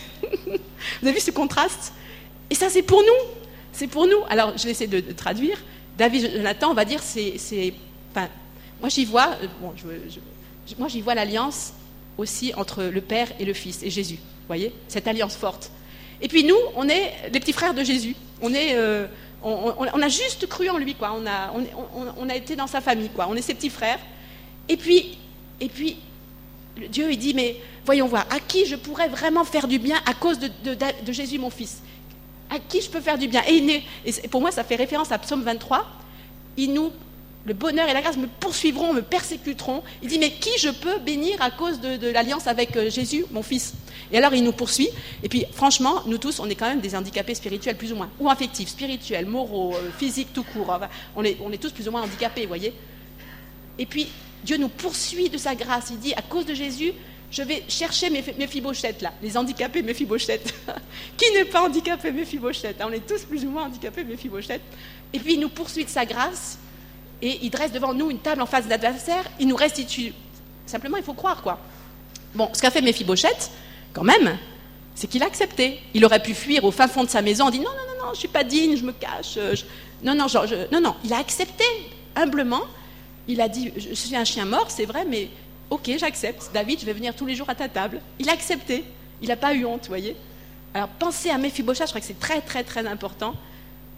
Vous avez vu ce contraste? Et ça c'est pour nous, c'est pour nous. Alors je vais essayer de, de traduire. David et Jonathan, on va dire, c'est... c'est enfin, moi j'y vois, bon, je, je, moi j'y vois l'alliance aussi entre le Père et le Fils et Jésus. Vous voyez, cette alliance forte. Et puis nous, on est les petits frères de Jésus. On est, euh, on, on, on a juste cru en lui, quoi. On a, on, on, on a été dans sa famille, quoi. On est ses petits frères. Et puis, et puis, Dieu il dit, mais voyons voir, à qui je pourrais vraiment faire du bien à cause de, de, de Jésus, mon fils? À qui je peux faire du bien? Et, il, et pour moi, ça fait référence à Psaume vingt-trois. Il nous Le bonheur et la grâce me poursuivront, me persécuteront. Il dit, mais qui je peux bénir à cause de, de l'alliance avec euh, Jésus, mon fils? Et alors, il nous poursuit. Et puis, franchement, nous tous, on est quand même des handicapés spirituels, plus ou moins. Ou affectifs, spirituels, moraux, euh, physiques, tout court. Enfin, on, est, on est tous plus ou moins handicapés, vous voyez. Et puis, Dieu nous poursuit de sa grâce. Il dit, à cause de Jésus, je vais chercher mes Méphibosheth, là. Les handicapés Méphibosheth. Qui n'est pas handicapé Méphibosheth? On est tous plus ou moins handicapés Méphibosheth. Et puis, il nous poursuit de sa grâce. Et il dresse devant nous une table en face de l'adversaire, il nous restitue. Simplement, il faut croire, quoi. Bon, ce qu'a fait Méphibosheth, quand même, c'est qu'il a accepté. Il aurait pu fuir au fin fond de sa maison en disant « Non, non, non, non, je ne suis pas digne, je me cache. Je... » Non, non, je... Je... non, non, il a accepté, humblement. Il a dit « Je suis un chien mort, c'est vrai, mais ok, j'accepte. David, je vais venir tous les jours à ta table. » Il a accepté. Il n'a pas eu honte, vous voyez. Alors, pensez à Méphibosheth, je crois que c'est très, très, très important.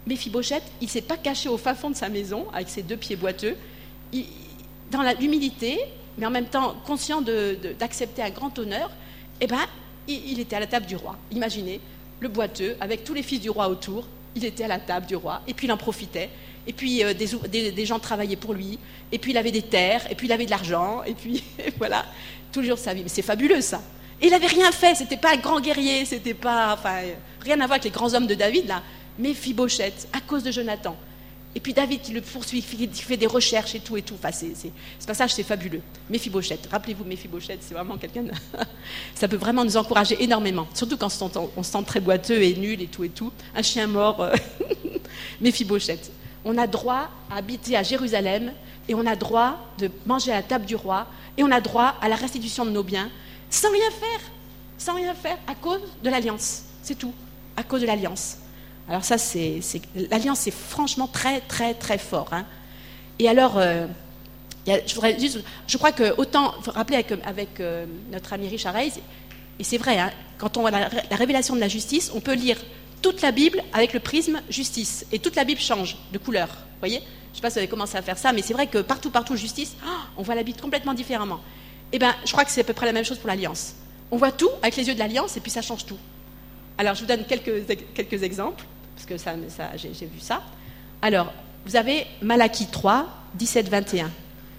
Méphibosheth, il ne s'est pas caché au fin fond de sa maison avec ses deux pieds boiteux, il, dans la, l'humilité, mais en même temps conscient de, de, d'accepter un grand honneur, eh ben, il, il était à la table du roi. Imaginez, le boiteux, avec tous les fils du roi autour, il était à la table du roi, et puis il en profitait, et puis euh, des, des, des gens travaillaient pour lui, et puis il avait des terres, et puis il avait de l'argent, et puis voilà, tous les jours de sa vie. Mais c'est fabuleux ça. Et il n'avait rien fait, c'était pas un grand guerrier, c'était pas, enfin, rien à voir avec les grands hommes de David, là. Méphibosheth, à cause de Jonathan. Et puis David qui le poursuit, qui fait des recherches et tout et tout. Enfin, c'est, c'est, ce passage, c'est fabuleux. Méphibosheth, rappelez-vous, Méphibosheth, c'est vraiment quelqu'un. De... Ça peut vraiment nous encourager énormément, surtout quand on se sent, on se sent très boiteux et nul et tout et tout. Un chien mort, euh... Méphibosheth. On a droit à habiter à Jérusalem et on a droit de manger à la table du roi et on a droit à la restitution de nos biens sans rien faire, sans rien faire à cause de l'alliance. C'est tout, à cause de l'alliance. Alors ça, c'est, c'est, l'alliance, c'est franchement très, très, très fort. Hein. Et alors, euh, y a, je, voudrais juste, je crois que autant, il faut rappeler avec, avec euh, notre ami Richard Hayes, et c'est vrai, hein, quand on voit la, la révélation de la justice, on peut lire toute la Bible avec le prisme justice, et toute la Bible change de couleur. Vous voyez ? Je ne sais pas si vous avez commencé à faire ça, mais c'est vrai que partout, partout, justice, oh, on voit la Bible complètement différemment. Eh bien, je crois que c'est à peu près la même chose pour l'alliance. On voit tout avec les yeux de l'alliance, et puis ça change tout. Alors, je vous donne quelques, quelques exemples, parce que ça, ça, j'ai, j'ai vu ça. Alors, vous avez Malachie trois, dix-sept, vingt et un.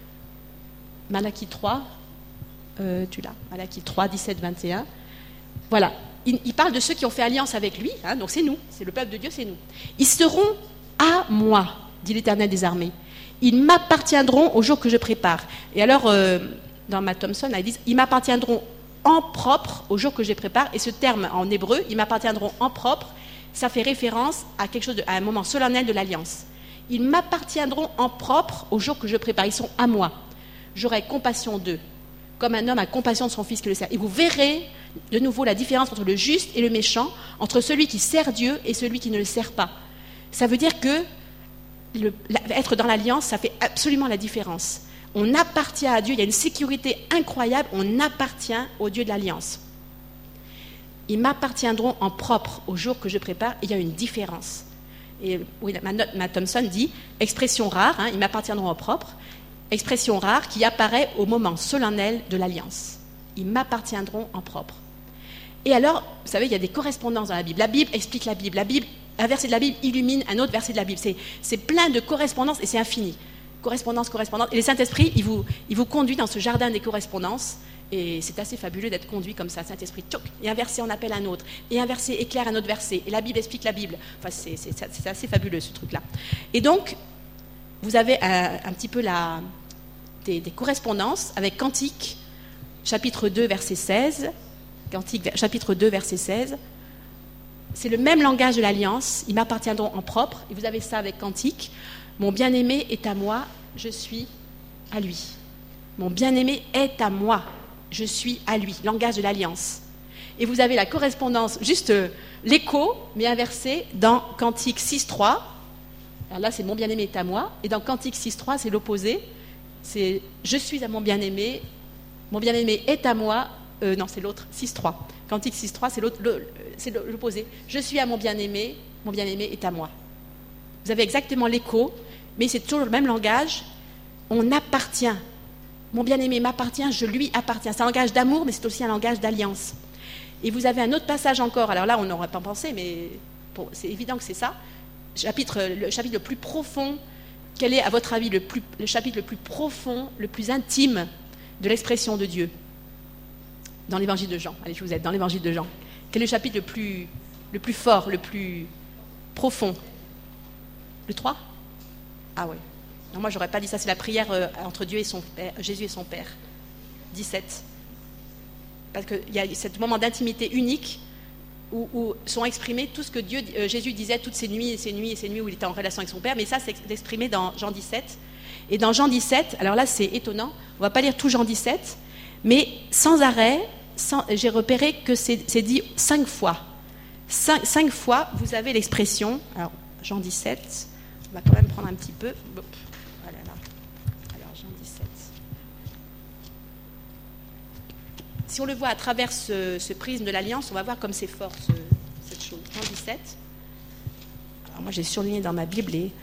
Malachie trois, euh, tu l'as, Malachie trois, dix-sept, vingt et un. Voilà, il, il parle de ceux qui ont fait alliance avec lui, hein, donc c'est nous, c'est le peuple de Dieu, c'est nous. Ils seront à moi, dit l'Éternel des armées. Ils m'appartiendront au jour que je prépare. Et alors, euh, dans Matt Thompson, ils disent, ils m'appartiendront en propre au jour que je prépare. Et ce terme en hébreu, ils m'appartiendront en propre, ça fait référence à quelque chose de, à un moment solennel de l'alliance. Ils m'appartiendront en propre au jour que je prépare. Ils sont à moi. J'aurai compassion d'eux, comme un homme a compassion de son fils qui le sert. Et vous verrez de nouveau la différence entre le juste et le méchant, entre celui qui sert Dieu et celui qui ne le sert pas. Ça veut dire que le, la, être dans l'alliance, ça fait absolument la différence. On appartient à Dieu, il y a une sécurité incroyable, on appartient au Dieu de l'alliance. Ils m'appartiendront en propre au jour que je prépare, et il y a une différence. Et oui, Matt Thompson dit, expression rare, hein, ils m'appartiendront en propre, expression rare qui apparaît au moment solennel de l'alliance. Ils m'appartiendront en propre. Et alors, vous savez, il y a des correspondances dans la Bible. La Bible explique la Bible. La Bible, un verset de la Bible illumine un autre verset de la Bible. C'est, c'est plein de correspondances et c'est infini. Correspondance, correspondance. Et le Saint-Esprit, il vous, il vous conduit dans ce jardin des correspondances. Et c'est assez fabuleux d'être conduit comme ça. Saint-Esprit, tchouk, et un verset en appelle un autre. Et un verset éclaire un autre verset. Et la Bible explique la Bible. Enfin, c'est, c'est, c'est assez fabuleux, ce truc-là. Et donc, vous avez un, un petit peu la, des, des correspondances avec Cantique, chapitre deux, verset seize. Cantique, chapitre deux, verset seize. C'est le même langage de l'alliance. Ils m'appartiendront en propre. Et vous avez ça avec Cantique. Mon bien-aimé est à moi, je suis à lui. Mon bien-aimé est à moi, je suis à lui. Langage de l'alliance. Et vous avez la correspondance, juste euh, l'écho, mais inversé, dans Cantique six trois. Alors là, c'est mon bien-aimé est à moi. Et dans Cantique six trois, c'est l'opposé. C'est je suis à mon bien-aimé, mon bien-aimé est à moi. Euh, non, c'est l'autre, six trois. Cantique six trois, c'est, l'autre, le, c'est l'opposé. Je suis à mon bien-aimé, mon bien-aimé est à moi. Vous avez exactement l'écho, mais c'est toujours le même langage. On appartient. Mon bien-aimé m'appartient, je lui appartiens. C'est un langage d'amour, mais c'est aussi un langage d'alliance. Et vous avez un autre passage encore. Alors là, on n'aurait pas pensé, mais bon, c'est évident que c'est ça. Chapitre, le chapitre le plus profond. Quel est, à votre avis, le, plus, le chapitre le plus profond, le plus intime de l'expression de Dieu ? Dans l'évangile de Jean. Allez, je vous aide. Dans l'évangile de Jean. Quel est le chapitre le plus, le plus fort, le plus profond ? Le trois ? Ah oui. Non, moi, j'aurais pas dit ça. C'est la prière euh, entre Dieu et son Père, Jésus et son Père. dix-sept. Parce qu'il y a ce moment d'intimité unique où, où sont exprimés tout ce que Dieu, euh, Jésus disait toutes ces nuits et ces nuits et ces nuits où il était en relation avec son Père. Mais ça, c'est exprimé dans Jean dix-sept. Et dans Jean dix-sept, alors là, c'est étonnant. On va pas lire tout Jean dix-sept, mais sans arrêt, sans, j'ai repéré que c'est, c'est dit cinq fois. Cinq, cinq fois, vous avez l'expression. Alors, Jean dix-sept. On va quand même prendre un petit peu. Voilà, là. Alors, Jean dix-sept. Si on le voit à travers ce, ce prisme de l'alliance, on va voir comme c'est fort ce, cette chose. Jean dix-sept. Alors, moi j'ai surligné dans ma Bible, et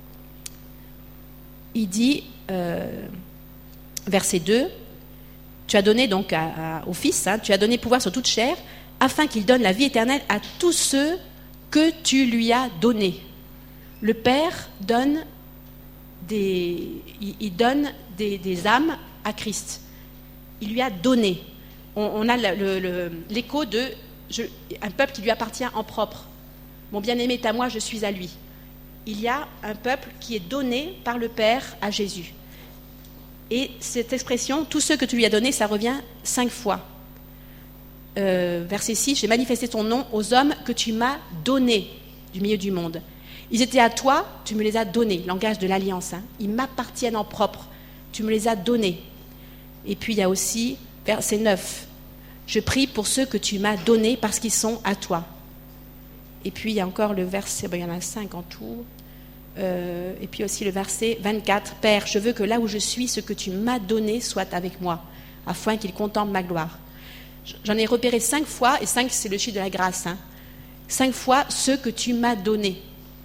il dit, euh, verset deux, tu as donné donc à, à, au Fils, hein, tu as donné pouvoir sur toute chair, afin qu'il donne la vie éternelle à tous ceux que tu lui as donnés. Le Père donne des, il, il donne des, des âmes à Christ. Il lui a donné. On, on a le, le, l'écho de je, un peuple qui lui appartient en propre. Mon bien-aimé est à moi, je suis à lui. Il y a un peuple qui est donné par le Père à Jésus. Et cette expression, tous ceux que tu lui as donnés, ça revient cinq fois. Euh, verset six, j'ai manifesté ton nom aux hommes que tu m'as donnés du milieu du monde. Ils étaient à toi, tu me les as donnés, langage de l'alliance. Hein. Ils m'appartiennent en propre, tu me les as donnés. Et puis il y a aussi, verset neuf, je prie pour ceux que tu m'as donnés parce qu'ils sont à toi. Et puis il y a encore le verset, ben, il y en a cinq en tout. Euh, et puis aussi le verset vingt-quatre, Père, je veux que là où je suis, ce que tu m'as donné soit avec moi, afin qu'il contemple ma gloire. J'en ai repéré cinq fois, et cinq c'est le chiffre de la grâce. Hein. Cinq fois ce que tu m'as donné.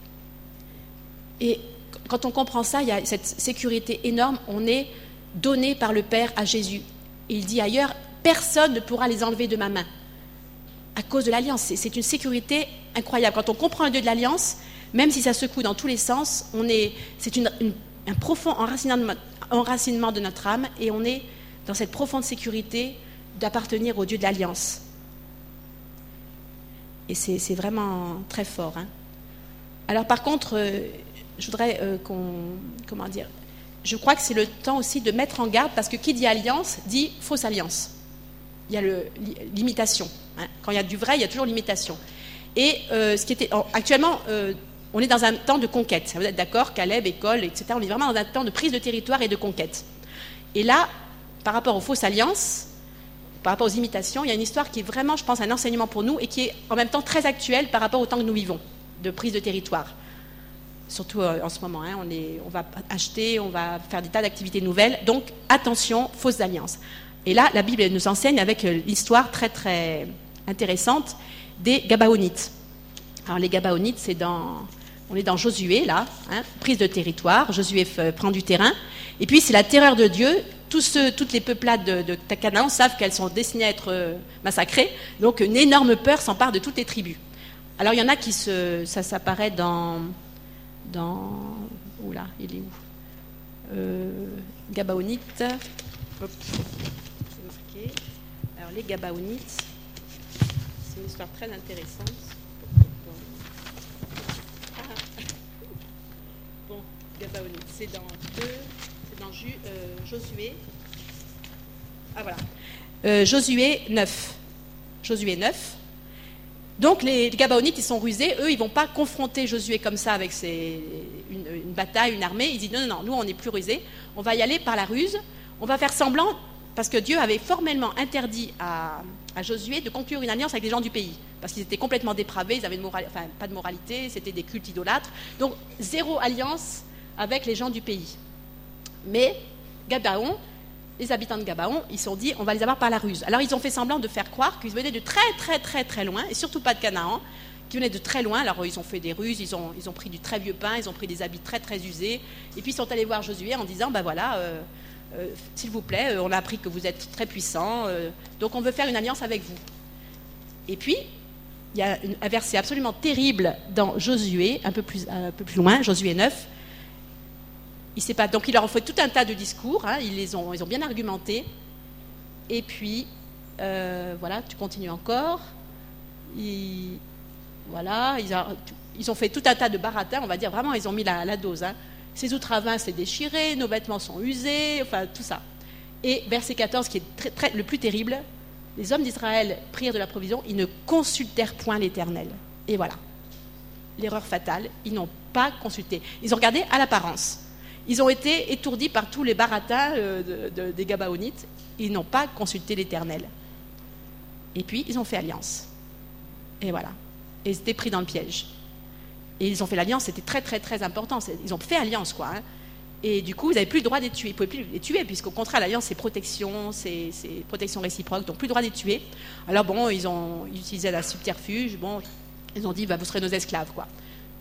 Et quand on comprend ça, il y a cette sécurité énorme, on est donné par le Père à Jésus. Et il dit ailleurs, personne ne pourra les enlever de ma main. À cause de l'alliance, c'est, c'est une sécurité incroyable. Quand on comprend le Dieu de l'alliance, même si ça secoue dans tous les sens, on est, c'est une, une, un profond enracinement, enracinement de notre âme, et on est dans cette profonde sécurité d'appartenir au Dieu de l'alliance. Et c'est, c'est vraiment très fort. Hein. Alors par contre, euh, je voudrais euh, qu'on... Comment dire, je crois que c'est le temps aussi de mettre en garde, parce que qui dit alliance, dit fausse alliance. Il y a le, l'imitation. Hein. Quand il y a du vrai, il y a toujours l'imitation. Et euh, ce qui était... Actuellement... Euh, on est dans un temps de conquête. Vous êtes d'accord, Caleb, école, et cetera. On est vraiment dans un temps de prise de territoire et de conquête. Et là, par rapport aux fausses alliances, par rapport aux imitations, il y a une histoire qui est vraiment, je pense, un enseignement pour nous et qui est en même temps très actuelle par rapport au temps que nous vivons, de prise de territoire. Surtout euh, en ce moment, hein, on, est, on va acheter, on va faire des tas d'activités nouvelles. Donc, attention, fausses alliances. Et là, la Bible nous enseigne avec l'histoire très, très intéressante des Gabaonites. Alors, les Gabaonites, c'est dans... On est dans Josué, là, hein, prise de territoire. Josué f- prend du terrain. Et puis, c'est la terreur de Dieu. Tous ceux, toutes les peuplades de, de Canaan savent qu'elles sont destinées à être euh, massacrées. Donc, une énorme peur s'empare de toutes les tribus. Alors, il y en a qui se... Ça s'apparaît dans... dans oula, il est où euh, Gabaonites. Hop, c'est marqué. Alors, les Gabaonites, c'est une histoire très intéressante. Gabaonites, c'est dans deux, c'est dans Ju, euh, Josué. Ah voilà. Euh, Josué neuf. Josué neuf. Donc les, les Gabaonites, ils sont rusés. Eux, ils ne vont pas confronter Josué comme ça avec ses, une, une bataille, une armée. Ils disent non, non, non, nous, on n'est plus rusés. On va y aller par la ruse. On va faire semblant, parce que Dieu avait formellement interdit à, à Josué de conclure une alliance avec les gens du pays. Parce qu'ils étaient complètement dépravés, ils avaient une morale, enfin, pas de moralité, c'était des cultes idolâtres. Donc, zéro alliance avec les gens du pays. Mais Gabaon, les habitants de Gabaon, ils se sont dit, on va les avoir par la ruse. Alors ils ont fait semblant de faire croire qu'ils venaient de très très très très loin, et surtout pas de Canaan, qui venaient de très loin. Alors ils ont fait des ruses, ils ont, ils ont pris du très vieux pain, ils ont pris des habits très très usés, et puis ils sont allés voir Josué en disant, ben voilà, euh, euh, s'il vous plaît, euh, on a appris que vous êtes très puissant, euh, donc on veut faire une alliance avec vous. Et puis, il y a une, un verset absolument terrible dans Josué, un peu plus, un peu plus loin, Josué neuf. Il sait pas, donc il leur a fait tout un tas de discours, hein, ils, les ont, ils ont bien argumenté, et puis, euh, voilà, tu continues encore, ils, voilà, ils, a, ils ont fait tout un tas de baratins, on va dire, vraiment, ils ont mis la, la dose. Hein. Ces outravins, c'est déchiré, nos vêtements sont usés, enfin, tout ça. Et verset quatorze, qui est très, très, le plus terrible, les hommes d'Israël prirent de la provision, ils ne consultèrent point l'Éternel. Et voilà, l'erreur fatale, ils n'ont pas consulté. Ils ont regardé à l'apparence. Ils ont été étourdis par tous les baratins euh, de, de, des Gabaonites. Ils n'ont pas consulté l'Éternel. Et puis, ils ont fait alliance. Et voilà. Et ils étaient pris dans le piège. Et ils ont fait l'alliance, c'était très, très, très important. C'est, ils ont fait alliance, quoi. Hein. Et du coup, vous n'avez plus le droit de les tuer. Vous ne pouvez plus les tuer, puisqu'au contraire, l'alliance, c'est protection, c'est, c'est protection réciproque, donc plus le droit de les tuer. Alors bon, ils ont utilisé la subterfuge. Bon, ils ont dit, bah, vous serez nos esclaves, quoi.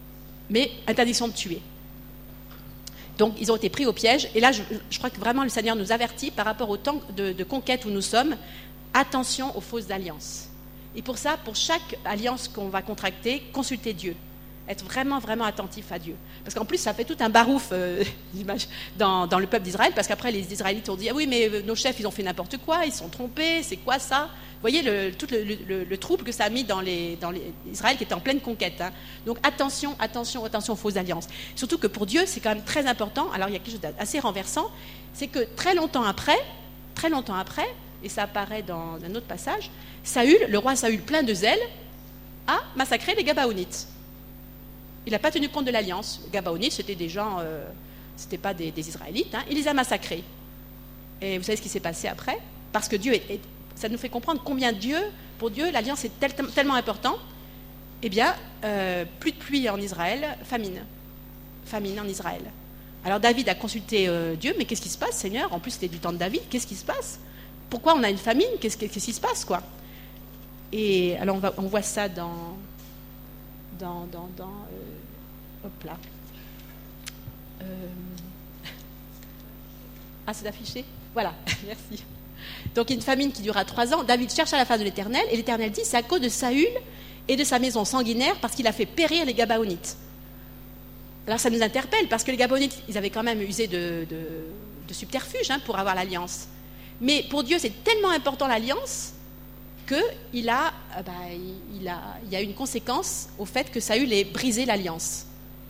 mais interdiction de tuer. Donc, ils ont été pris au piège. Et là, je, je crois que vraiment le Seigneur nous avertit par rapport au temps de, de conquête où nous sommes. Attention aux fausses alliances. Et pour ça, pour chaque alliance qu'on va contracter, consultez Dieu. Être vraiment, vraiment attentif à Dieu. Parce qu'en plus, ça fait tout un barouf euh, dans, dans le peuple d'Israël, parce qu'après, les Israélites ont dit « Ah oui, mais nos chefs, ils ont fait n'importe quoi, ils sont trompés, c'est quoi ça ?» Vous voyez le, tout le, le, le trouble que ça a mis dans, les, dans les, Israël qui était en pleine conquête. Hein. Donc attention, attention, attention aux fausses alliances. Surtout que pour Dieu, c'est quand même très important. Alors il y a quelque chose d'assez renversant, c'est que très longtemps après, très longtemps après, et ça apparaît dans un autre passage, Saül, le roi Saül, plein de zèle, a massacré les Gabaonites. Il n'a pas tenu compte de l'alliance. Les Gabaonites, c'était des gens, euh, c'était pas des, des Israélites. Hein. Il les a massacrés. Et vous savez ce qui s'est passé après ? Parce que Dieu est, est ça nous fait comprendre combien Dieu, pour Dieu, l'alliance est tel, tellement important. Eh bien, euh, plus de pluie en Israël, famine. Famine en Israël. Alors David a consulté euh, Dieu, mais qu'est-ce qui se passe, Seigneur ? En plus, c'était du temps de David, qu'est-ce qui se passe ? Pourquoi on a une famine ? Qu'est-ce, qu'est-ce qui se passe, quoi ? Et alors, on, va, on voit ça dans... dans, dans, dans euh, hop là. Euh, ah, c'est affiché ? Voilà, merci. Donc, une famine qui durera trois ans. David cherche à la face de l'Éternel, et l'Éternel dit, c'est à cause de Saül et de sa maison sanguinaire, parce qu'il a fait périr les Gabaonites. Alors, ça nous interpelle, parce que les Gabaonites, ils avaient quand même usé de, de, de subterfuge hein, pour avoir l'alliance. Mais pour Dieu, c'est tellement important l'alliance qu'il a, euh, bah, il, a, il y a une conséquence au fait que Saül ait brisé l'alliance.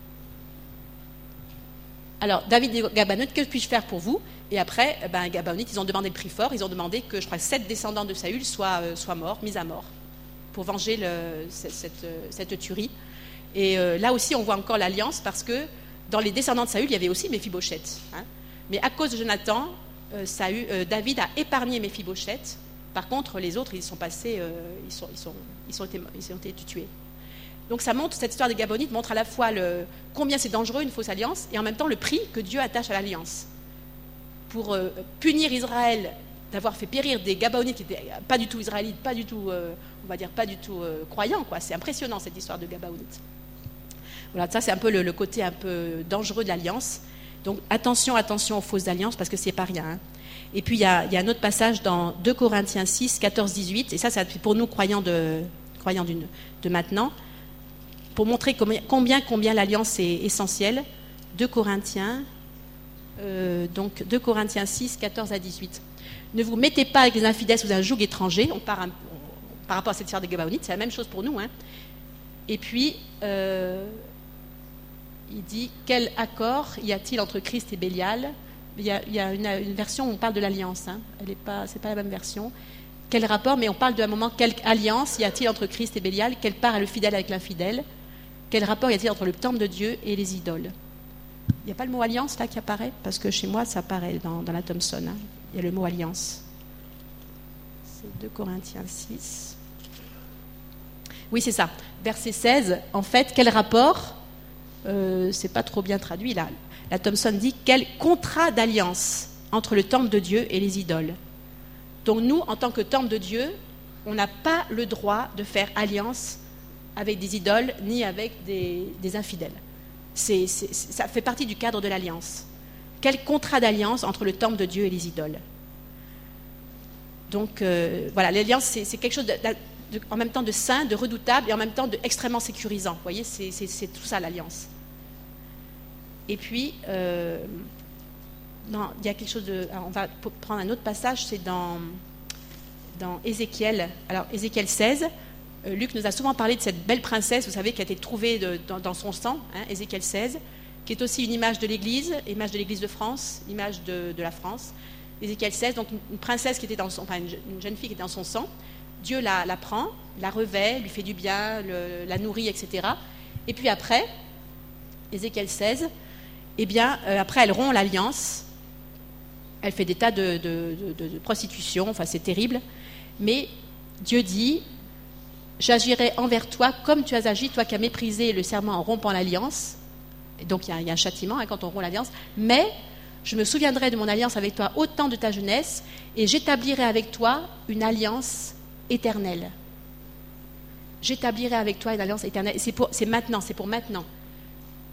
Alors, David et Gabaonites, que puis-je faire pour vous ? Et après, ben, Gabaonites, ils ont demandé le prix fort, ils ont demandé que, je crois, sept descendants de Saül soient, euh, soient morts, mis à mort, pour venger le, cette, cette, cette tuerie. Et euh, là aussi, on voit encore l'alliance, parce que dans les descendants de Saül, il y avait aussi Méphibosheth. Hein. Mais à cause de Jonathan, euh, Saül, euh, David a épargné Méphibosheth. Par contre, les autres, ils sont passés, euh, ils, sont, ils, sont, ils, sont été, ils ont été tués. Donc ça montre, cette histoire des Gabonites montre à la fois le, combien c'est dangereux une fausse alliance, et en même temps le prix que Dieu attache à l'alliance. Pour euh, punir Israël d'avoir fait périr des Gabaonites qui n'étaient pas du tout israélites, pas du tout, euh, on va dire pas du tout euh, croyants, quoi. C'est impressionnant cette histoire de Gabaonites. Voilà, ça c'est un peu le, le côté un peu dangereux de l'alliance. Donc attention, attention aux fausses alliances, parce que c'est pas rien. Hein. Et puis il y, y a un autre passage dans deux Corinthiens six, quatorze, dix-huit, et ça c'est pour nous croyants de, croyants d'une, de maintenant, pour montrer combien, combien, combien l'alliance est essentielle. deux Corinthiens, euh, donc deux Corinthiens six, quatorze à dix-huit. Ne vous mettez pas avec les infidèles sous un joug étranger. On part un, on, par rapport à cette histoire des Gabaonites, c'est la même chose pour nous. Hein. Et puis, euh, il dit, quel accord y a-t-il entre Christ et Bélial ? Il y a, il y a une, une version où on parle de l'alliance. Hein. Elle est pas, c'est pas la même version. Quel rapport ? Mais on parle d'un moment, quelle alliance y a-t-il entre Christ et Bélial ? Quelle part a le fidèle avec l'infidèle ? Quel rapport y a-t-il entre le temple de Dieu et les idoles ? Il n'y a pas le mot alliance là qui apparaît ? Parce que chez moi, ça apparaît dans, dans la Thomson. Hein. Il y a le mot alliance. C'est deux Corinthiens six. Oui, c'est ça. Verset seize. En fait, quel rapport ? euh, C'est pas trop bien traduit là. La Thomson dit quel contrat d'alliance entre le temple de Dieu et les idoles. Donc nous, en tant que temple de Dieu, on n'a pas le droit de faire alliance avec des idoles ni avec des, des infidèles. C'est, c'est, ça fait partie du cadre de l'alliance. Quel contrat d'alliance entre le temple de Dieu et les idoles ? Donc euh, voilà, l'alliance, c'est, c'est quelque chose de, de, de, en même temps de saint, de redoutable et en même temps d'extrêmement sécurisant. Vous voyez, c'est, c'est, c'est tout ça l'alliance. Et puis, euh, non, il y a quelque chose de... Alors on va prendre un autre passage, c'est dans, dans Ézéchiel. Alors, Ézéchiel seize, euh, Luc nous a souvent parlé de cette belle princesse, vous savez, qui a été trouvée de, dans, dans son sang, hein, Ézéchiel seize, qui est aussi une image de l'Église, image de l'Église de France, image de, de la France. Ézéchiel seize, donc une, une princesse qui était dans son... Enfin, une, une jeune fille qui était dans son sang. Dieu la, la prend, la revêt, lui fait du bien, le, la nourrit, et cetera. Et puis après, Ézéchiel seize... Eh bien, euh, après, elle rompt l'alliance. Elle fait des tas de, de, de, de prostitution. Enfin, c'est terrible. Mais Dieu dit, j'agirai envers toi comme tu as agi, toi qui as méprisé le serment en rompant l'alliance. Et donc, il y, y a un châtiment hein, quand on rompt l'alliance. Mais je me souviendrai de mon alliance avec toi au temps de ta jeunesse et j'établirai avec toi une alliance éternelle. J'établirai avec toi une alliance éternelle. C'est, pour, c'est maintenant, c'est pour maintenant.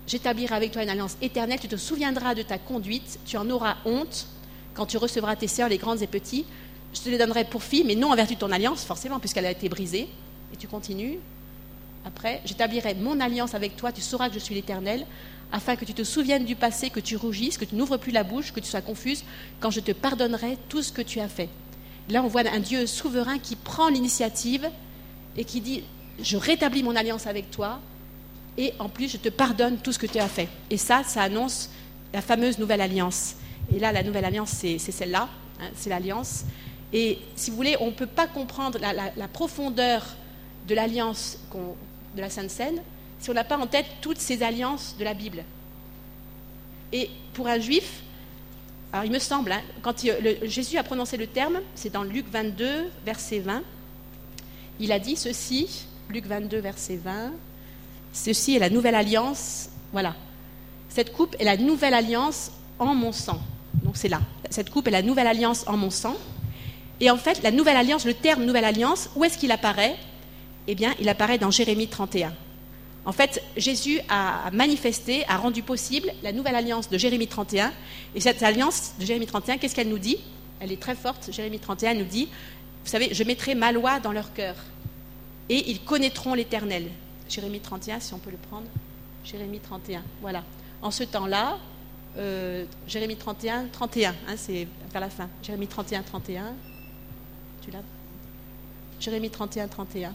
j'établirai avec toi une alliance éternelle, tu te souviendras de ta conduite, tu en auras honte quand tu recevras tes sœurs, les grandes et petites. Je te les donnerai pour filles, mais non en vertu de ton alliance, forcément, puisqu'elle a été brisée. Et tu continues. Après, j'établirai mon alliance avec toi, tu sauras que je suis l'Éternel, afin que tu te souviennes du passé, que tu rougisses, que tu n'ouvres plus la bouche, que tu sois confuse, quand je te pardonnerai tout ce que tu as fait. Là, on voit un Dieu souverain qui prend l'initiative et qui dit, je rétablis mon alliance avec toi, et en plus, je te pardonne tout ce que tu as fait. Et ça, ça annonce la fameuse nouvelle alliance. Et là, la nouvelle alliance, c'est, c'est celle-là, hein, c'est l'alliance. Et si vous voulez, on ne peut pas comprendre la, la, la profondeur de l'alliance qu'on, de la Sainte Seine si on n'a pas en tête toutes ces alliances de la Bible. Et pour un juif, alors il me semble, hein, quand il, le, Jésus a prononcé le terme, c'est dans Luc vingt-deux, verset vingt, il a dit ceci, Luc vingt-deux, verset vingt, ceci est la nouvelle alliance, voilà, cette coupe est la nouvelle alliance en mon sang. Donc c'est là, cette coupe est la nouvelle alliance en mon sang. Et en fait, la nouvelle alliance, le terme nouvelle alliance, où est-ce qu'il apparaît ? Eh bien, il apparaît dans Jérémie trente et un. En fait, Jésus a manifesté, a rendu possible la nouvelle alliance de Jérémie trente et un. Et cette alliance de Jérémie trente et un, qu'est-ce qu'elle nous dit ? Elle est très forte. Jérémie trente et un nous dit, vous savez, je mettrai ma loi dans leur cœur et ils connaîtront l'Éternel. Jérémie trente et un, si on peut le prendre. Jérémie trente et un, voilà. En ce temps-là, euh, Jérémie trente et un, trente et un, hein, c'est vers la fin. Jérémie trente et un, trente et un. Tu l'as ? Jérémie trente et un, trente et un.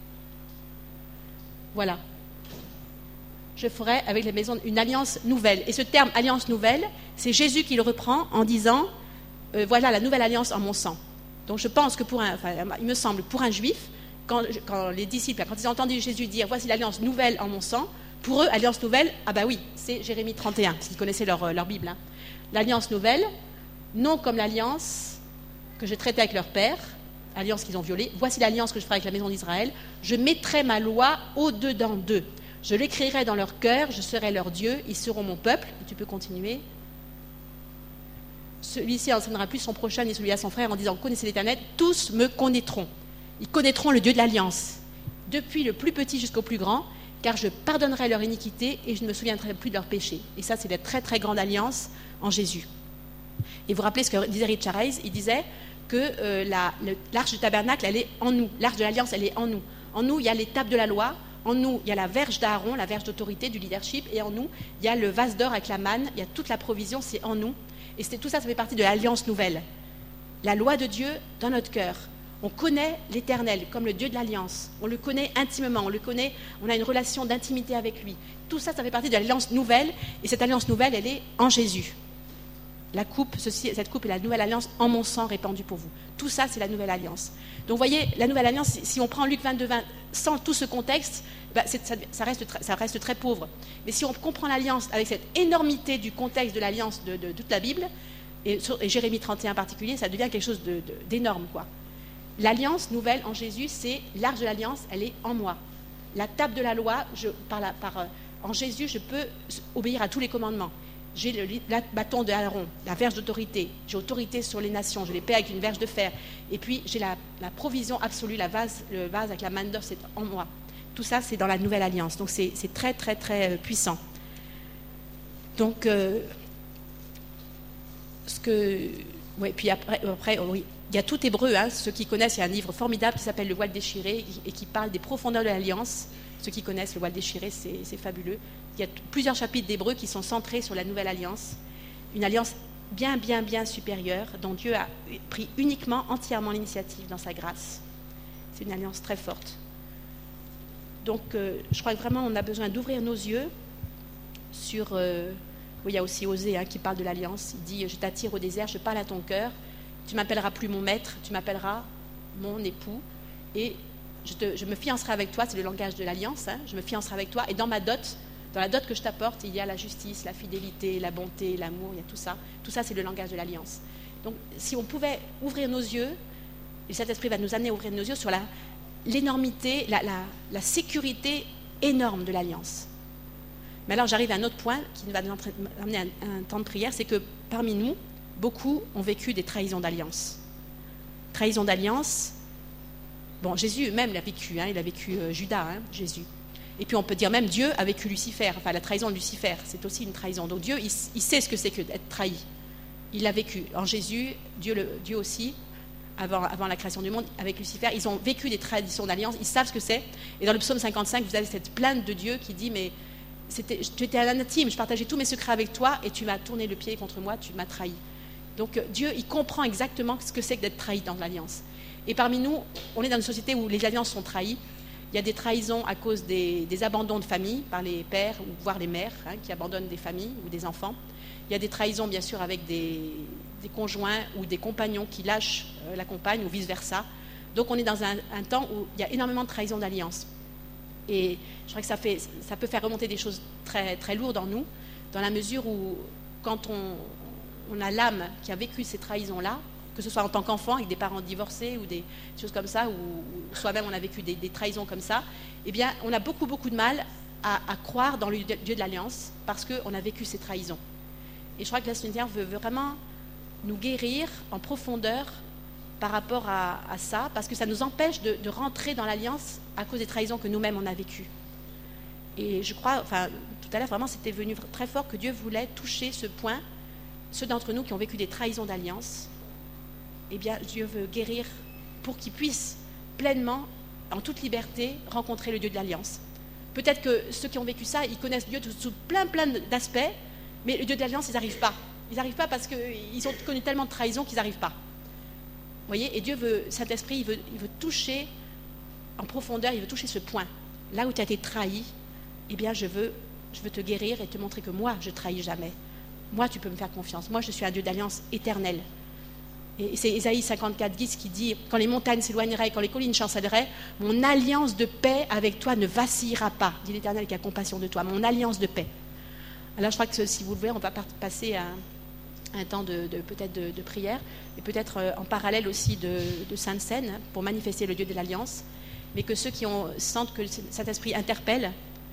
Voilà. Je ferai avec les maisons une alliance nouvelle. Et ce terme alliance nouvelle, c'est Jésus qui le reprend en disant euh, voilà la nouvelle alliance en mon sang. Donc je pense que pour un, enfin, il me semble, pour un juif, quand, quand les disciples, quand ils ont entendu Jésus dire voici l'alliance nouvelle en mon sang, pour eux, alliance nouvelle, ah bah oui, c'est Jérémie trente et un, parce qu'ils connaissaient leur, leur Bible. Hein. L'alliance nouvelle, non comme l'alliance que j'ai traitée avec leur père, alliance qu'ils ont violée, voici l'alliance que je ferai avec la maison d'Israël, je mettrai ma loi au-dedans d'eux, je l'écrirai dans leur cœur, je serai leur Dieu, ils seront mon peuple. Et tu peux continuer. Celui-ci enseignera plus son prochain ni celui à son frère en disant connaissez l'Éternel, tous me connaîtront. Ils connaîtront le Dieu de l'alliance, depuis le plus petit jusqu'au plus grand, car je pardonnerai leur iniquité et je ne me souviendrai plus de leurs péchés. Et ça, c'est la très très grande alliance en Jésus. Et vous vous rappelez ce que disait Richard Hayes, il disait que euh, la, le, l'arche du tabernacle, elle est en nous. L'arche de l'alliance, elle est en nous. En nous, il y a l'étape de la loi. En nous, il y a la verge d'Aaron, la verge d'autorité, du leadership. Et en nous, il y a le vase d'or avec la manne. Il y a toute la provision, c'est en nous. Et c'est, tout ça, ça fait partie de l'alliance nouvelle. La loi de Dieu dans notre cœur. On connaît l'Éternel comme le Dieu de l'alliance. On le connaît intimement. On le connaît. On a une relation d'intimité avec lui. Tout ça, ça fait partie de l'alliance nouvelle. Et cette alliance nouvelle, elle est en Jésus. La coupe, ceci, cette coupe est la nouvelle alliance en mon sang répandu pour vous. Tout ça, c'est la nouvelle alliance. Donc, vous voyez, la nouvelle alliance, si on prend Luc vingt-deux, vingt, sans tout ce contexte, bah, c'est, ça, ça, reste, ça reste très pauvre. Mais si on comprend l'alliance avec cette énormité du contexte de l'alliance de, de, de toute la Bible, et, et Jérémie trente et un en particulier, ça devient quelque chose de, de, d'énorme, quoi. L'alliance nouvelle en Jésus, c'est l'arche de l'alliance, elle est en moi. La table de la loi, je, par la, par, en Jésus, je peux obéir à tous les commandements. J'ai le, le bâton de Aaron, la verge d'autorité. J'ai autorité sur les nations. Je les paie avec une verge de fer. Et puis, j'ai la, la provision absolue, la vase, le vase avec la manne d'or, c'est en moi. Tout ça, c'est dans la nouvelle alliance. Donc, c'est, c'est très, très, très puissant. Donc, euh, ce que... Oui, puis après, après oui, il y a tout Hébreu. Hein, ceux qui connaissent, il y a un livre formidable qui s'appelle Le voile déchiré et qui parle des profondeurs de l'alliance. Ceux qui connaissent le voile déchiré, c'est, c'est fabuleux. Il y a plusieurs chapitres d'Hébreux qui sont centrés sur la nouvelle alliance, une alliance bien, bien, bien supérieure, dont Dieu a pris uniquement, entièrement l'initiative dans sa grâce. C'est une alliance très forte. Donc, euh, je crois que vraiment, on a besoin d'ouvrir nos yeux sur... Euh, oui, il y a aussi Osée hein, qui parle de l'alliance. Il dit, je t'attire au désert, je parle à ton cœur, tu m'appelleras plus mon maître, tu m'appelleras mon époux, et je, te, je me fiancerai avec toi, c'est le langage de l'alliance, hein, je me fiancerai avec toi, et dans ma dot... Dans la dot que je t'apporte, il y a la justice, la fidélité, la bonté, l'amour, il y a tout ça. Tout ça, c'est le langage de l'alliance. Donc, si on pouvait ouvrir nos yeux, le Saint-Esprit va nous amener à ouvrir nos yeux sur la, l'énormité, la, la, la sécurité énorme de l'alliance. Mais alors, j'arrive à un autre point qui va nous amener à un, un temps de prière, c'est que parmi nous, beaucoup ont vécu des trahisons d'alliance. Trahison d'alliance, bon, Jésus même l'a vécu, hein, il a vécu euh, Judas, hein, Jésus. Et puis on peut dire même Dieu a vécu Lucifer, enfin la trahison de Lucifer, c'est aussi une trahison. Donc Dieu, il, il sait ce que c'est que d'être trahi. Il l'a vécu. En Jésus, Dieu, le, Dieu aussi, avant, avant la création du monde, avec Lucifer, ils ont vécu des traditions d'alliance, ils savent ce que c'est. Et dans le psaume cinquante-cinq, vous avez cette plainte de Dieu qui dit, mais c'était, tu étais un intime, je partageais tous mes secrets avec toi et tu m'as tourné le pied contre moi, tu m'as trahi. Donc Dieu, il comprend exactement ce que c'est que d'être trahi dans l'alliance. Et parmi nous, on est dans une société où les alliances sont trahies. Il y a des trahisons à cause des, des abandons de famille par les pères ou voire les mères hein, qui abandonnent des familles ou des enfants. Il y a des trahisons bien sûr avec des, des conjoints ou des compagnons qui lâchent euh, la compagne ou vice-versa. Donc on est dans un, un temps où il y a énormément de trahisons d'alliance. Et je crois que ça, fait, ça peut faire remonter des choses très, très lourdes en nous, dans la mesure où quand on, on a l'âme qui a vécu ces trahisons-là, que ce soit en tant qu'enfant, avec des parents divorcés ou des choses comme ça, ou, ou soi-même on a vécu des, des trahisons comme ça, eh bien, on a beaucoup, beaucoup de mal à, à croire dans le Dieu de l'Alliance parce qu'on a vécu ces trahisons. Et je crois que la Seigneur veut, veut vraiment nous guérir en profondeur par rapport à, à ça, parce que ça nous empêche de, de rentrer dans l'Alliance à cause des trahisons que nous-mêmes on a vécues. Et je crois, enfin, tout à l'heure, vraiment, c'était venu très fort que Dieu voulait toucher ce point, ceux d'entre nous qui ont vécu des trahisons d'Alliance. Eh bien, Dieu veut guérir pour qu'ils puissent pleinement, en toute liberté, rencontrer le Dieu de l'Alliance. Peut-être que ceux qui ont vécu ça, ils connaissent Dieu sous plein, plein d'aspects, mais le Dieu de l'Alliance, ils n'arrivent pas. Ils n'arrivent pas parce qu'ils ont connu tellement de trahisons qu'ils n'arrivent pas. Vous voyez, et Dieu veut, Saint-Esprit, il veut, il veut toucher en profondeur, il veut toucher ce point. Là où tu as été trahi, eh bien, je veux, je veux te guérir et te montrer que moi, je ne trahis jamais. Moi, tu peux me faire confiance. Moi, je suis un Dieu d'alliance éternelle. Et c'est Ésaïe cinquante-quatre dix qui dit « Quand les montagnes s'éloigneraient, quand les collines chancelleraient, mon alliance de paix avec toi ne vacillera pas, dit l'Éternel qui a compassion de toi, mon alliance de paix. » Alors je crois que si vous le voulez, on va passer à un temps de, de, peut-être de, de prière, et peut-être en parallèle aussi de, de Sainte Seine, pour manifester le Dieu de l'Alliance, mais que ceux qui ont, sentent que cet esprit interpelle,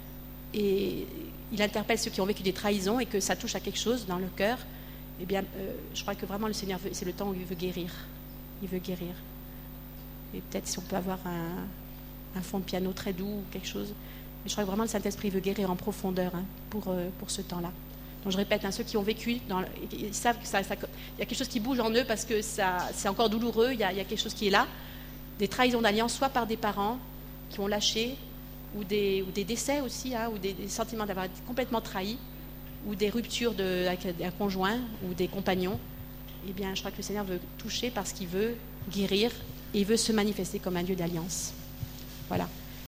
et il interpelle ceux qui ont vécu des trahisons, et que ça touche à quelque chose dans le cœur, eh bien, euh, je crois que vraiment le Seigneur, veut, c'est le temps où il veut guérir. Il veut guérir. Et peut-être si on peut avoir un, un fond de piano très doux ou quelque chose. Mais je crois que vraiment le Saint-Esprit veut guérir en profondeur hein, pour, euh, pour ce temps-là. Donc je répète, hein, ceux qui ont vécu, dans, ils savent qu'il y a quelque chose qui bouge en eux parce que ça, c'est encore douloureux, il y, a, il y a quelque chose qui est là. Des trahisons d'alliance, soit par des parents qui ont lâché, ou des, ou des décès aussi, hein, ou des, des sentiments d'avoir été complètement trahis, ou des ruptures de, d'un conjoint ou des compagnons. Eh bien, je crois que le Seigneur veut toucher parce qu'il veut guérir et il veut se manifester comme un Dieu d'alliance. Voilà.